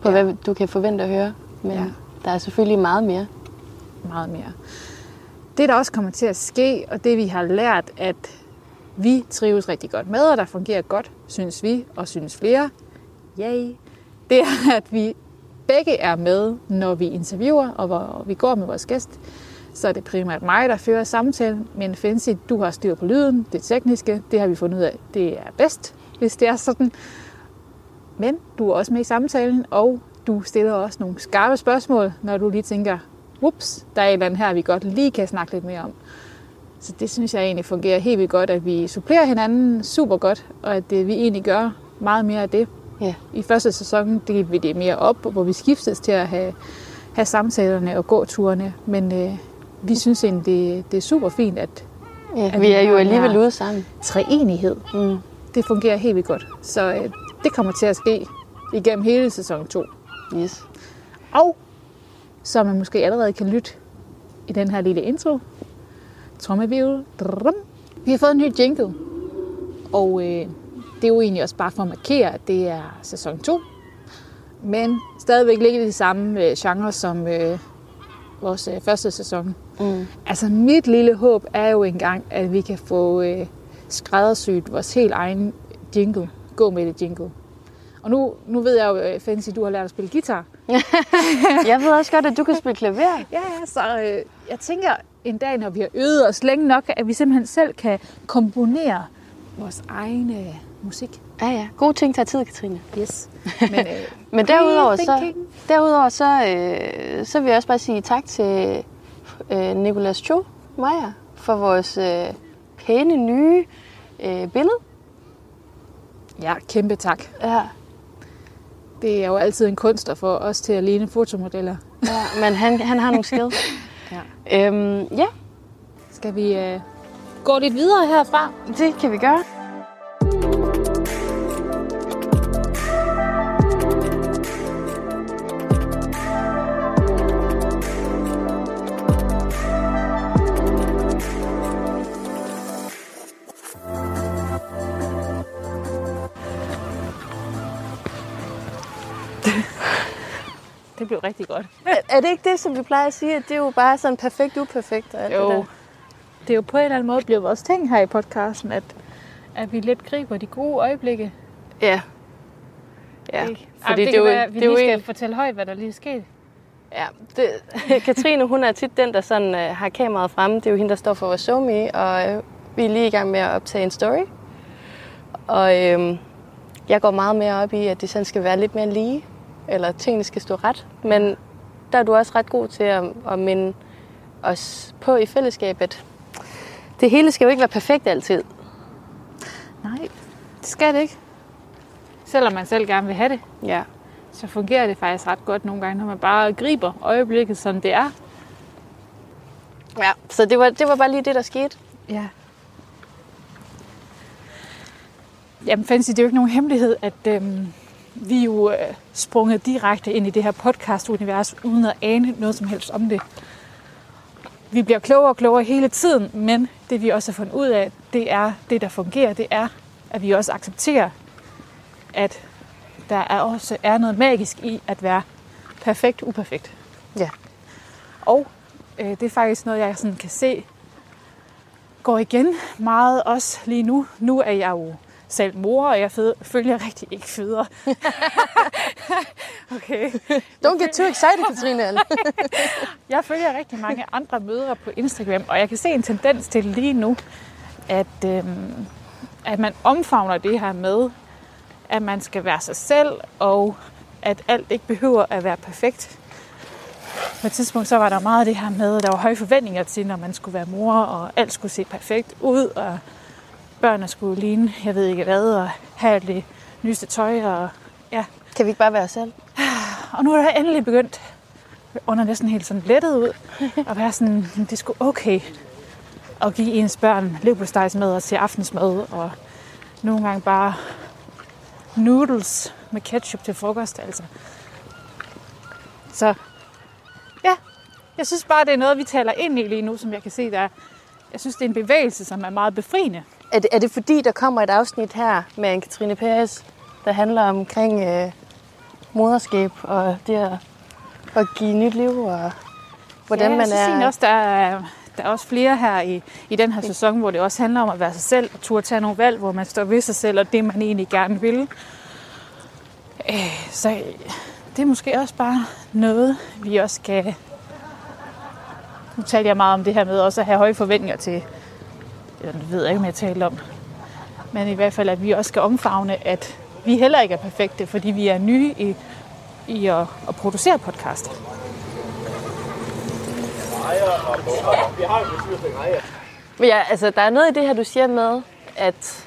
på, Ja. hvad du kan forvente at høre. Men Ja. der er selvfølgelig meget mere. Meget mere. Det, der også kommer til at ske, og det vi har lært, at vi trives rigtig godt med, og der fungerer godt, synes vi, og synes flere, yay, det er, at vi begge er med, når vi interviewer, og hvor vi går med vores gæst. Så er det primært mig, der fører samtalen, men Fancy, du har styr på lyden, det tekniske, det har vi fundet ud af, det er bedst, hvis det er sådan. Men du er også med i samtalen, og du stiller også nogle skarpe spørgsmål, når du lige tænker, ups, der er et eller andet her, vi godt lige kan snakke lidt mere om. Så det synes jeg egentlig fungerer helt vildt godt, at vi supplerer hinanden super godt, og at det, vi egentlig gør meget mere af det. Ja. I første sæson delte vi det mere op, hvor vi skiftes til at have, have samtalerne og gåturene, men øh, vi synes egentlig, det, det er super fint, at, Ja, at vi er jo har alligevel den her ude sammen. treenighed. Mm. Det fungerer helt vildt godt, så øh, det kommer til at ske igennem hele sæson to. Yes. Og så man måske allerede kan lytte i den her lille intro. Trommevirvel. Drum. Vi har fået en ny jingle. Og øh, det er jo egentlig også bare for at markere, at det er sæson to. Men stadigvæk ligger det i samme øh, genre som øh, vores øh, første sæson. Mm. Altså mit lille håb er jo engang, at vi kan få øh, skræddersyet vores helt egen jingle. Gå med det jingle. Og nu, nu ved jeg jo, Fancy, du har lært at spille guitar. Jeg ved også godt, at du kan spille klaver. Ja, ja, så øh, jeg tænker en dag, når vi har øvet os længe nok, at vi simpelthen selv kan komponere vores egen øh, musik. Ja, ja. Gode ting tager tid, Katrine. Yes. Men, øh, Men derudover, så, thinking. derudover så, øh, så vil jeg også bare sige tak til øh, Nicolas Cho Meyer for vores øh, pæne nye øh, billede. Ja, kæmpe tak. Ja. Det er jo altid en kunst at få os til at ligne fotomodeller. Ja, men han, han har nogle skills. Ja. Øhm, ja, Skal vi øh, gå lidt videre herfra? det kan vi gøre. Det blev rigtig godt. Er, er det ikke det, som vi plejer at sige, at det er jo bare sådan perfekt uperfekt? Og alt Jo, det der? det er jo på en eller anden måde blevet vores ting her i podcasten, at, at vi lidt griber de gode øjeblikke. Ja. Ja, Ikke? fordi Ej, det, det kan er jo- være, at vi det er jo lige skal egentlig- fortælle højt, hvad der lige er sket. Ja, det, Katrine, hun er tit den, der sådan, øh, har kameraet fremme. Det er jo hende, der står for vores SoMe, og øh, vi er lige i gang med at optage en story. Og øh, jeg går meget mere op i, at det sådan skal være lidt mere lige, eller tingene skal stå ret. Men der er du også ret god til at, at minde os på i fællesskabet. Det hele skal jo ikke være perfekt altid. Nej, det skal det ikke. Selvom man selv gerne vil have det, Ja. så fungerer det faktisk ret godt nogle gange, når man bare griber øjeblikket, som det er. Ja, så det var, det var bare lige det, der skete. Ja. Jamen Fancy, det er jo ikke nogen hemmelighed, at øhm, vi er jo øh, sprunget direkte ind i det her podcast-univers, uden at ane noget som helst om det. Vi bliver klogere og klogere hele tiden, men det vi også har fundet ud af, det er det, der fungerer, det er, at vi også accepterer, at der er også er noget magisk i at være perfekt uperfekt. Ja. Og øh, det er faktisk noget, jeg sådan kan se går igen meget også lige nu. Nu er jeg jo selv mor, og jeg føder, følger rigtig ikke føder. Okay. Don't get too excited, Katrine. Jeg følger rigtig mange andre mødre på Instagram, og jeg kan se en tendens til lige nu, at, øhm, at man omfavner det her med, at man skal være sig selv, og at alt ikke behøver at være perfekt. På et tidspunkt så var der meget af det her med, at der var høje forventninger til, når man skulle være mor, og alt skulle se perfekt ud, og børnene skulle ligne, jeg ved ikke hvad, og have det nyeste tøj, og ja. Kan vi ikke bare være os selv? Og nu er der endelig begyndt, under næsten helt sådan lettet ud, at være sådan, det er sgu okay at give ens børn leverpostejsmad og til aftensmad, og nogle gange bare noodles med ketchup til frokost, altså. Så ja, jeg synes bare, det er noget, vi taler ind i lige nu, som jeg kan se, der. Jeg synes, det er en bevægelse, som er meget befriende. Er det, er det fordi, der kommer et afsnit her med Katrine Perez, der handler omkring øh, moderskab og det at, at give nyt liv og hvordan ja, man så er... også, der er... Der er også flere her i, i den her sæson, hvor det også handler om at være sig selv og turde tage nogle valg, hvor man står ved sig selv og det, man egentlig gerne vil. Øh, så det er måske også bare noget, vi også skal... Nu taler jeg meget om det her med også at have høje forventninger til... Jeg ved ikke, om jeg taler om. Men i hvert fald, at vi også skal omfavne, at vi heller ikke er perfekte, fordi vi er nye i, i at, at producere podcast. Ja, altså, der er noget i det her, du siger med, at...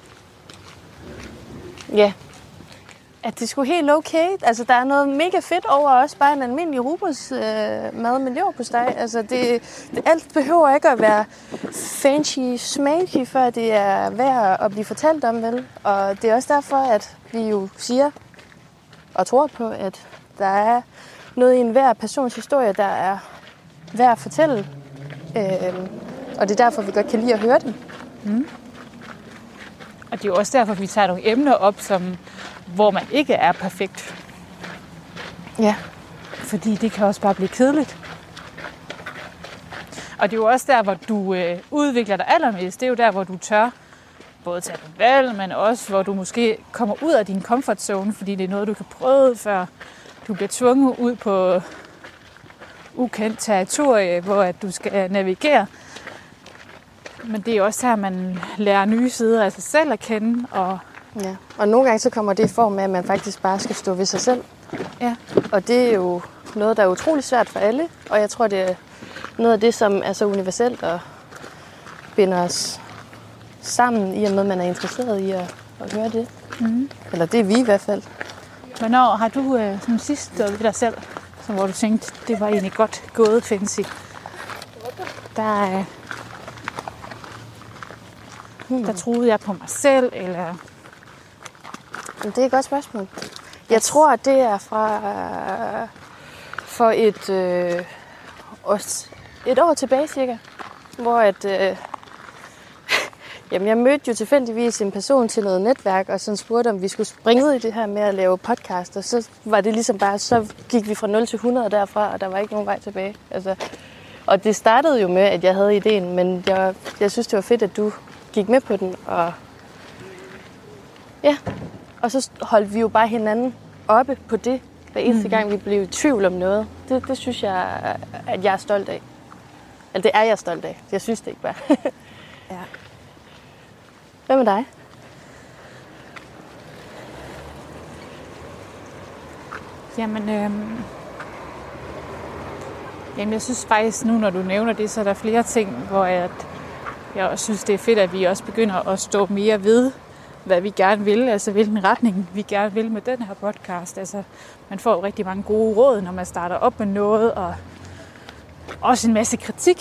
Ja, at det skulle helt okay. Altså, der er noget mega fedt over også bare en almindelig rugbrøds øh, mad med leverpostej. Altså, det, det, alt behøver ikke at være fancy, smagy, før det er værd at blive fortalt om, vel? Og det er også derfor, at vi jo siger og tror på, at der er noget i enhver persons historie, der er værd at fortælle. Øh, og det er derfor, vi godt kan lide at høre den. Mm. Og det er jo også derfor, vi tager nogle emner op, som, hvor man ikke er perfekt. Ja. Fordi det kan også bare blive kedeligt. Og det er jo også der, hvor du øh, udvikler dig allermest. Det er jo der, hvor du tør både tage et valg, men også hvor du måske kommer ud af din comfort zone, fordi det er noget, du kan prøve, før du bliver tvunget ud på ukendt territorie, hvor at du skal navigere. Men det er også her, man lærer nye sider af sig selv at kende. Og, ja. og nogle gange så kommer det i form af, at man faktisk bare skal stå ved sig selv. Ja. Og det er jo noget, der er utrolig svært for alle. Og jeg tror, det er noget af det, som er så universelt og binder os sammen, i og med, at man er interesseret i at, at høre det. Mm. Eller det er vi i hvert fald. Hvornår har du øh, som sidst stået ved dig selv, som hvor du tænkte, det var egentlig godt gået, Fancy? Der, øh, hmm. der troede jeg på mig selv, eller... Det er et godt spørgsmål. Jeg tror, at det er fra øh, for et, øh, et år tilbage cirka, hvor at, øh, jamen, jeg mødte jo tilfældigvis en person til noget netværk, og sådan spurgte, om vi skulle springe ud i det her med at lave podcast, og så var det ligesom bare, så gik vi fra nul til hundrede derfra, og der var ikke nogen vej tilbage. Altså, og det startede jo med, at jeg havde ideen, men jeg, jeg synes, det var fedt, at du gik med på den, og ja, og så holdt vi jo bare hinanden oppe på det, hver eneste gang vi blev i tvivl om noget. Det, det synes jeg, at jeg er stolt af. Eller det er jeg stolt af. Jeg synes det ikke bare. Ja. Hvad med dig? Jamen, øhm... Jamen, jeg synes faktisk nu, når du nævner det, så er der flere ting, hvor jeg, jeg også synes, det er fedt, at vi også begynder at stå mere ved, hvad vi gerne vil, altså hvilken retning vi gerne vil med den her podcast. Altså, man får jo rigtig mange gode råd, når man starter op med noget, og også en masse kritik.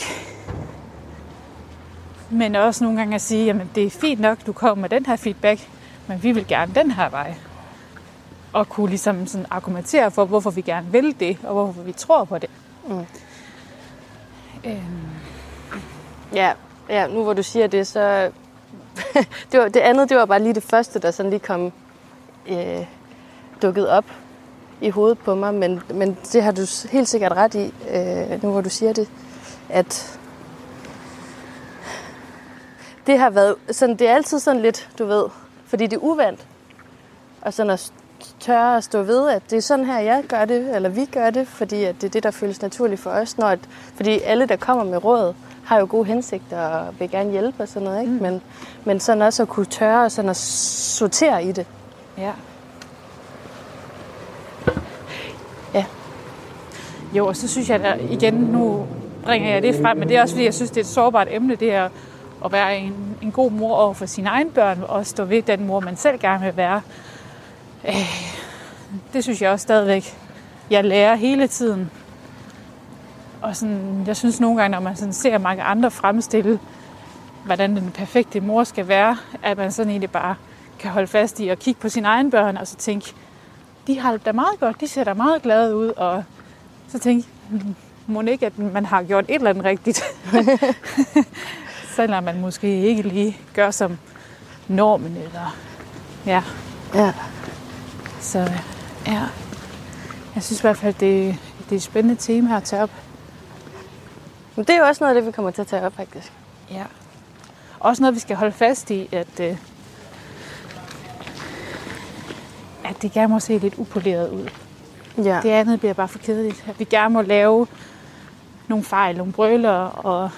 Men også nogle gange at sige, jamen det er fint nok, du kommer med den her feedback, men vi vil gerne den her vej. Og kunne ligesom sådan argumentere for, hvorfor vi gerne vil det, og hvorfor vi tror på det. Mm. Øhm. Ja, ja, nu hvor du siger det, så... det, var, det andet, det var bare lige det første, der sådan lige kom øh, dukket op i hovedet på mig. Men, men det har du helt sikkert ret i, øh, nu hvor du siger det, at det har været sådan, det er altid sådan lidt, du ved, fordi det er uvant. Og sådan at tørre at stå ved, at det er sådan her, jeg gør det, eller vi gør det, fordi at det er det, der føles naturligt for os. Når at, fordi alle, der kommer med råd, har jo gode hensigter og vil gerne hjælpe og sådan noget, ikke? Mm. Men, men sådan også at kunne tørre og sådan at sortere i det. Ja. Ja. Jo, og så synes jeg, at igen, nu bringer jeg det frem, men det er også fordi, jeg synes, det er et sårbart emne, det her at være en, en god mor over for sine egne børn, og stå ved den mor, man selv gerne vil være. Øh, det synes jeg også stadigvæk, jeg lærer hele tiden. Og sådan, jeg synes nogle gange, når man sådan ser mange andre fremstille, hvordan den perfekte mor skal være, at man sådan egentlig bare kan holde fast i at kigge på sine egne børn, og så tænke, de har det da meget godt, de ser da meget glade ud, og så tænke, må ikke, at man har gjort et eller andet rigtigt. Selvom man måske ikke lige gør som normen, eller ja. Ja. Så ja. Jeg synes i hvert fald, det, det er et spændende tema at tage op. Men det er jo også noget af det, vi kommer til at tage op, faktisk. Ja. Også noget, vi skal holde fast i, at, øh, at det gerne må se lidt upoleret ud. Ja. Det andet bliver bare for kedeligt. At vi gerne må lave nogle fejl, nogle brøler. Og,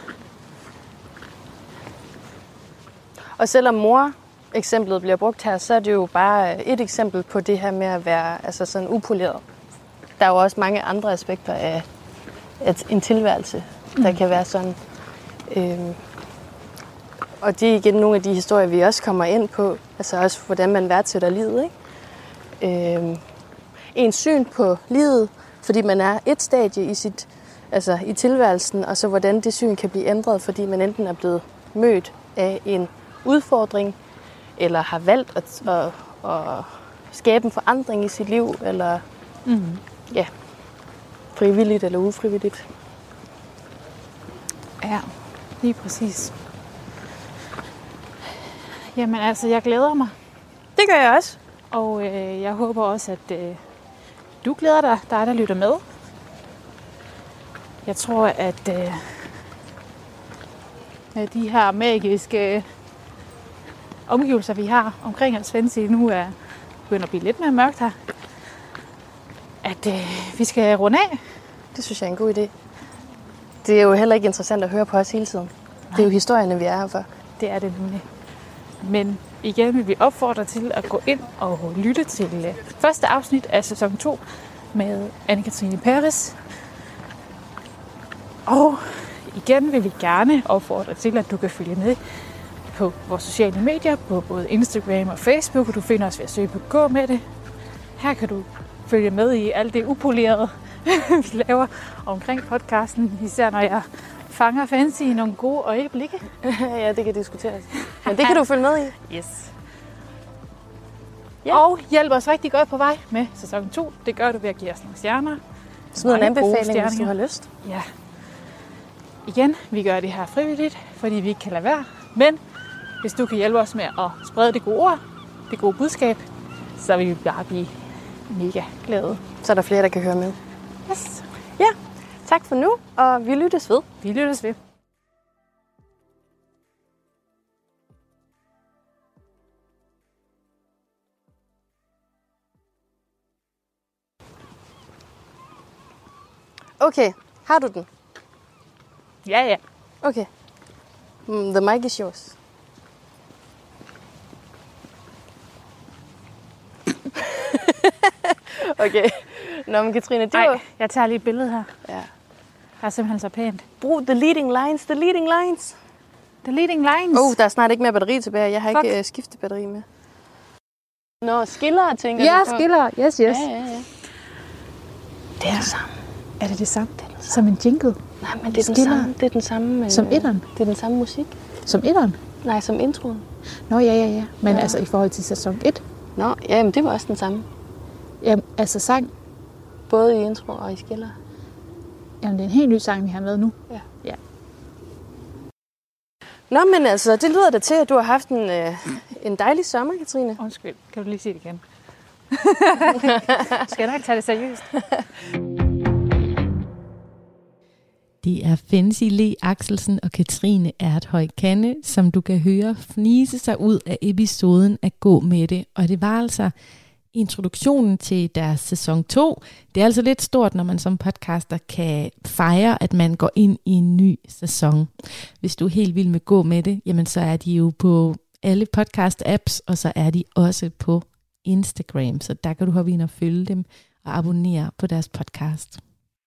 og selvom mor-eksemplet bliver brugt her, så er det jo bare et eksempel på det her med at være altså sådan upoleret. Der er jo også mange andre aspekter af, af en tilværelse, der mm. kan være sådan. Øhm, og det er igen nogle af de historier, vi også kommer ind på. Altså også, hvordan man værdsætter livet, ikke? Øhm, ens syn på livet, fordi man er et stadie i, sit, altså i tilværelsen, og så hvordan det syn kan blive ændret, fordi man enten er blevet mødt af en udfordring, eller har valgt at, at, at skabe en forandring i sit liv, eller mm. ja, frivilligt eller ufrivilligt. Ja, lige præcis. Jamen altså, jeg glæder mig. Det gør jeg også. Og øh, jeg håber også, at øh, du glæder dig, dig der lytter med. Jeg tror, at øh, de her magiske omgivelser, vi har omkring Als Fancy nu, er begyndt at blive lidt mere mørkt her. At øh, vi skal runde af. Det synes jeg er en god idé. Det er jo heller ikke interessant at høre på os hele tiden. Nej. Det er jo historierne, vi er her for. Det er det nemlig. Men igen vil vi opfordre til at gå ind og lytte til første afsnit af sæson to med Anne-Katrine Paris. Og igen vil vi gerne opfordre til, at du kan følge med på vores sociale medier, på både Instagram og Facebook, og du finder os ved at søge på Gå Med Det. Her kan du følge med i alt det upolerede, vi laver omkring podcasten, især når jeg fanger Fancy i nogle gode øjeblikke. Ja, det kan diskuteres. Men det kan du følge med i. Yes. Ja. Og hjælp os rigtig godt på vej med sæson to. Det gør du ved at give os nogle stjerner. Smid en anbefaling, hvis du har lyst. Ja. Igen, vi gør det her frivilligt, fordi vi ikke kan lade være. Men hvis du kan hjælpe os med at sprede det gode ord, det gode budskab, så vil vi bare blive mega glade. Så er der flere, der kan høre med. Yes. Ja, tak for nu, og vi lyttes ved. Vi lyttes ved. Okay, har du den? Ja, ja. Okay. Mm, the mic is yours. Okay. Nå, men Katrine, det Ej, var... jeg tager lige et billede her. Ja. Det er simpelthen så pænt. Brug the leading lines, the leading lines. The leading lines. Oh, der er snart ikke mere batteri tilbage. Jeg har Fuck. ikke uh, skiftet batteri med. Nå, skiller, tænker Ja, du på? skiller. Yes, yes. Ja, ja, ja. Det er det samme. Er det det samme? Det det som en jingle? Nej, men det er den Skiller. samme. Det er den samme. øh, Som etteren? Det er den samme musik. Som etteren? Nej, som introen. Nå, ja, ja, ja. Men Ja. altså i forhold til sæson et? Nå, ja, men det var også den samme. Jamen, altså sang. Både i intro og i skiller. Jamen, det er en helt ny sang, vi har med nu. Ja. Ja. Nå, men altså, det lyder da til, at du har haft en, øh, en dejlig sommer, Katrine. Undskyld, kan du lige sige det igen? Skal jeg nok tage det seriøst? Det er Fancy Le Axelsen og Katrine Erthøj Kanne, som du kan høre fnise sig ud af episoden af Gå Med Det. Og det var altså introduktionen til deres sæson to. Det er altså lidt stort, når man som podcaster kan fejre, at man går ind i en ny sæson. Hvis du er helt vild med Gå Med Det, jamen så er de jo på alle podcast-apps, og så er de også på Instagram. Så der kan du hoppe ind og følge dem og abonnere på deres podcast.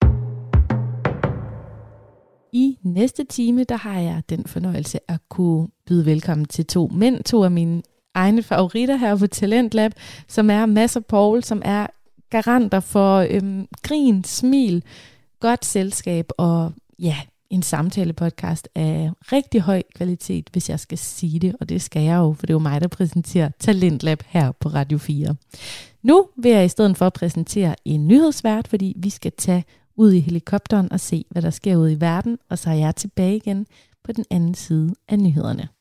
I næste time, der har jeg den fornøjelse at kunne byde velkommen til to mænd, to af mine egne favoritter her på Talentlab, som er Mads og Paul, som er garanter for øhm, grin, smil, godt selskab og ja, en samtale-podcast af rigtig høj kvalitet, hvis jeg skal sige det, og det skal jeg jo, for det er jo mig, der præsenterer Talentlab her på Radio fire. Nu vil jeg i stedet for præsentere en nyhedsvært, fordi vi skal tage ud i helikopteren og se, hvad der sker ude i verden, og så er jeg tilbage igen på den anden side af nyhederne.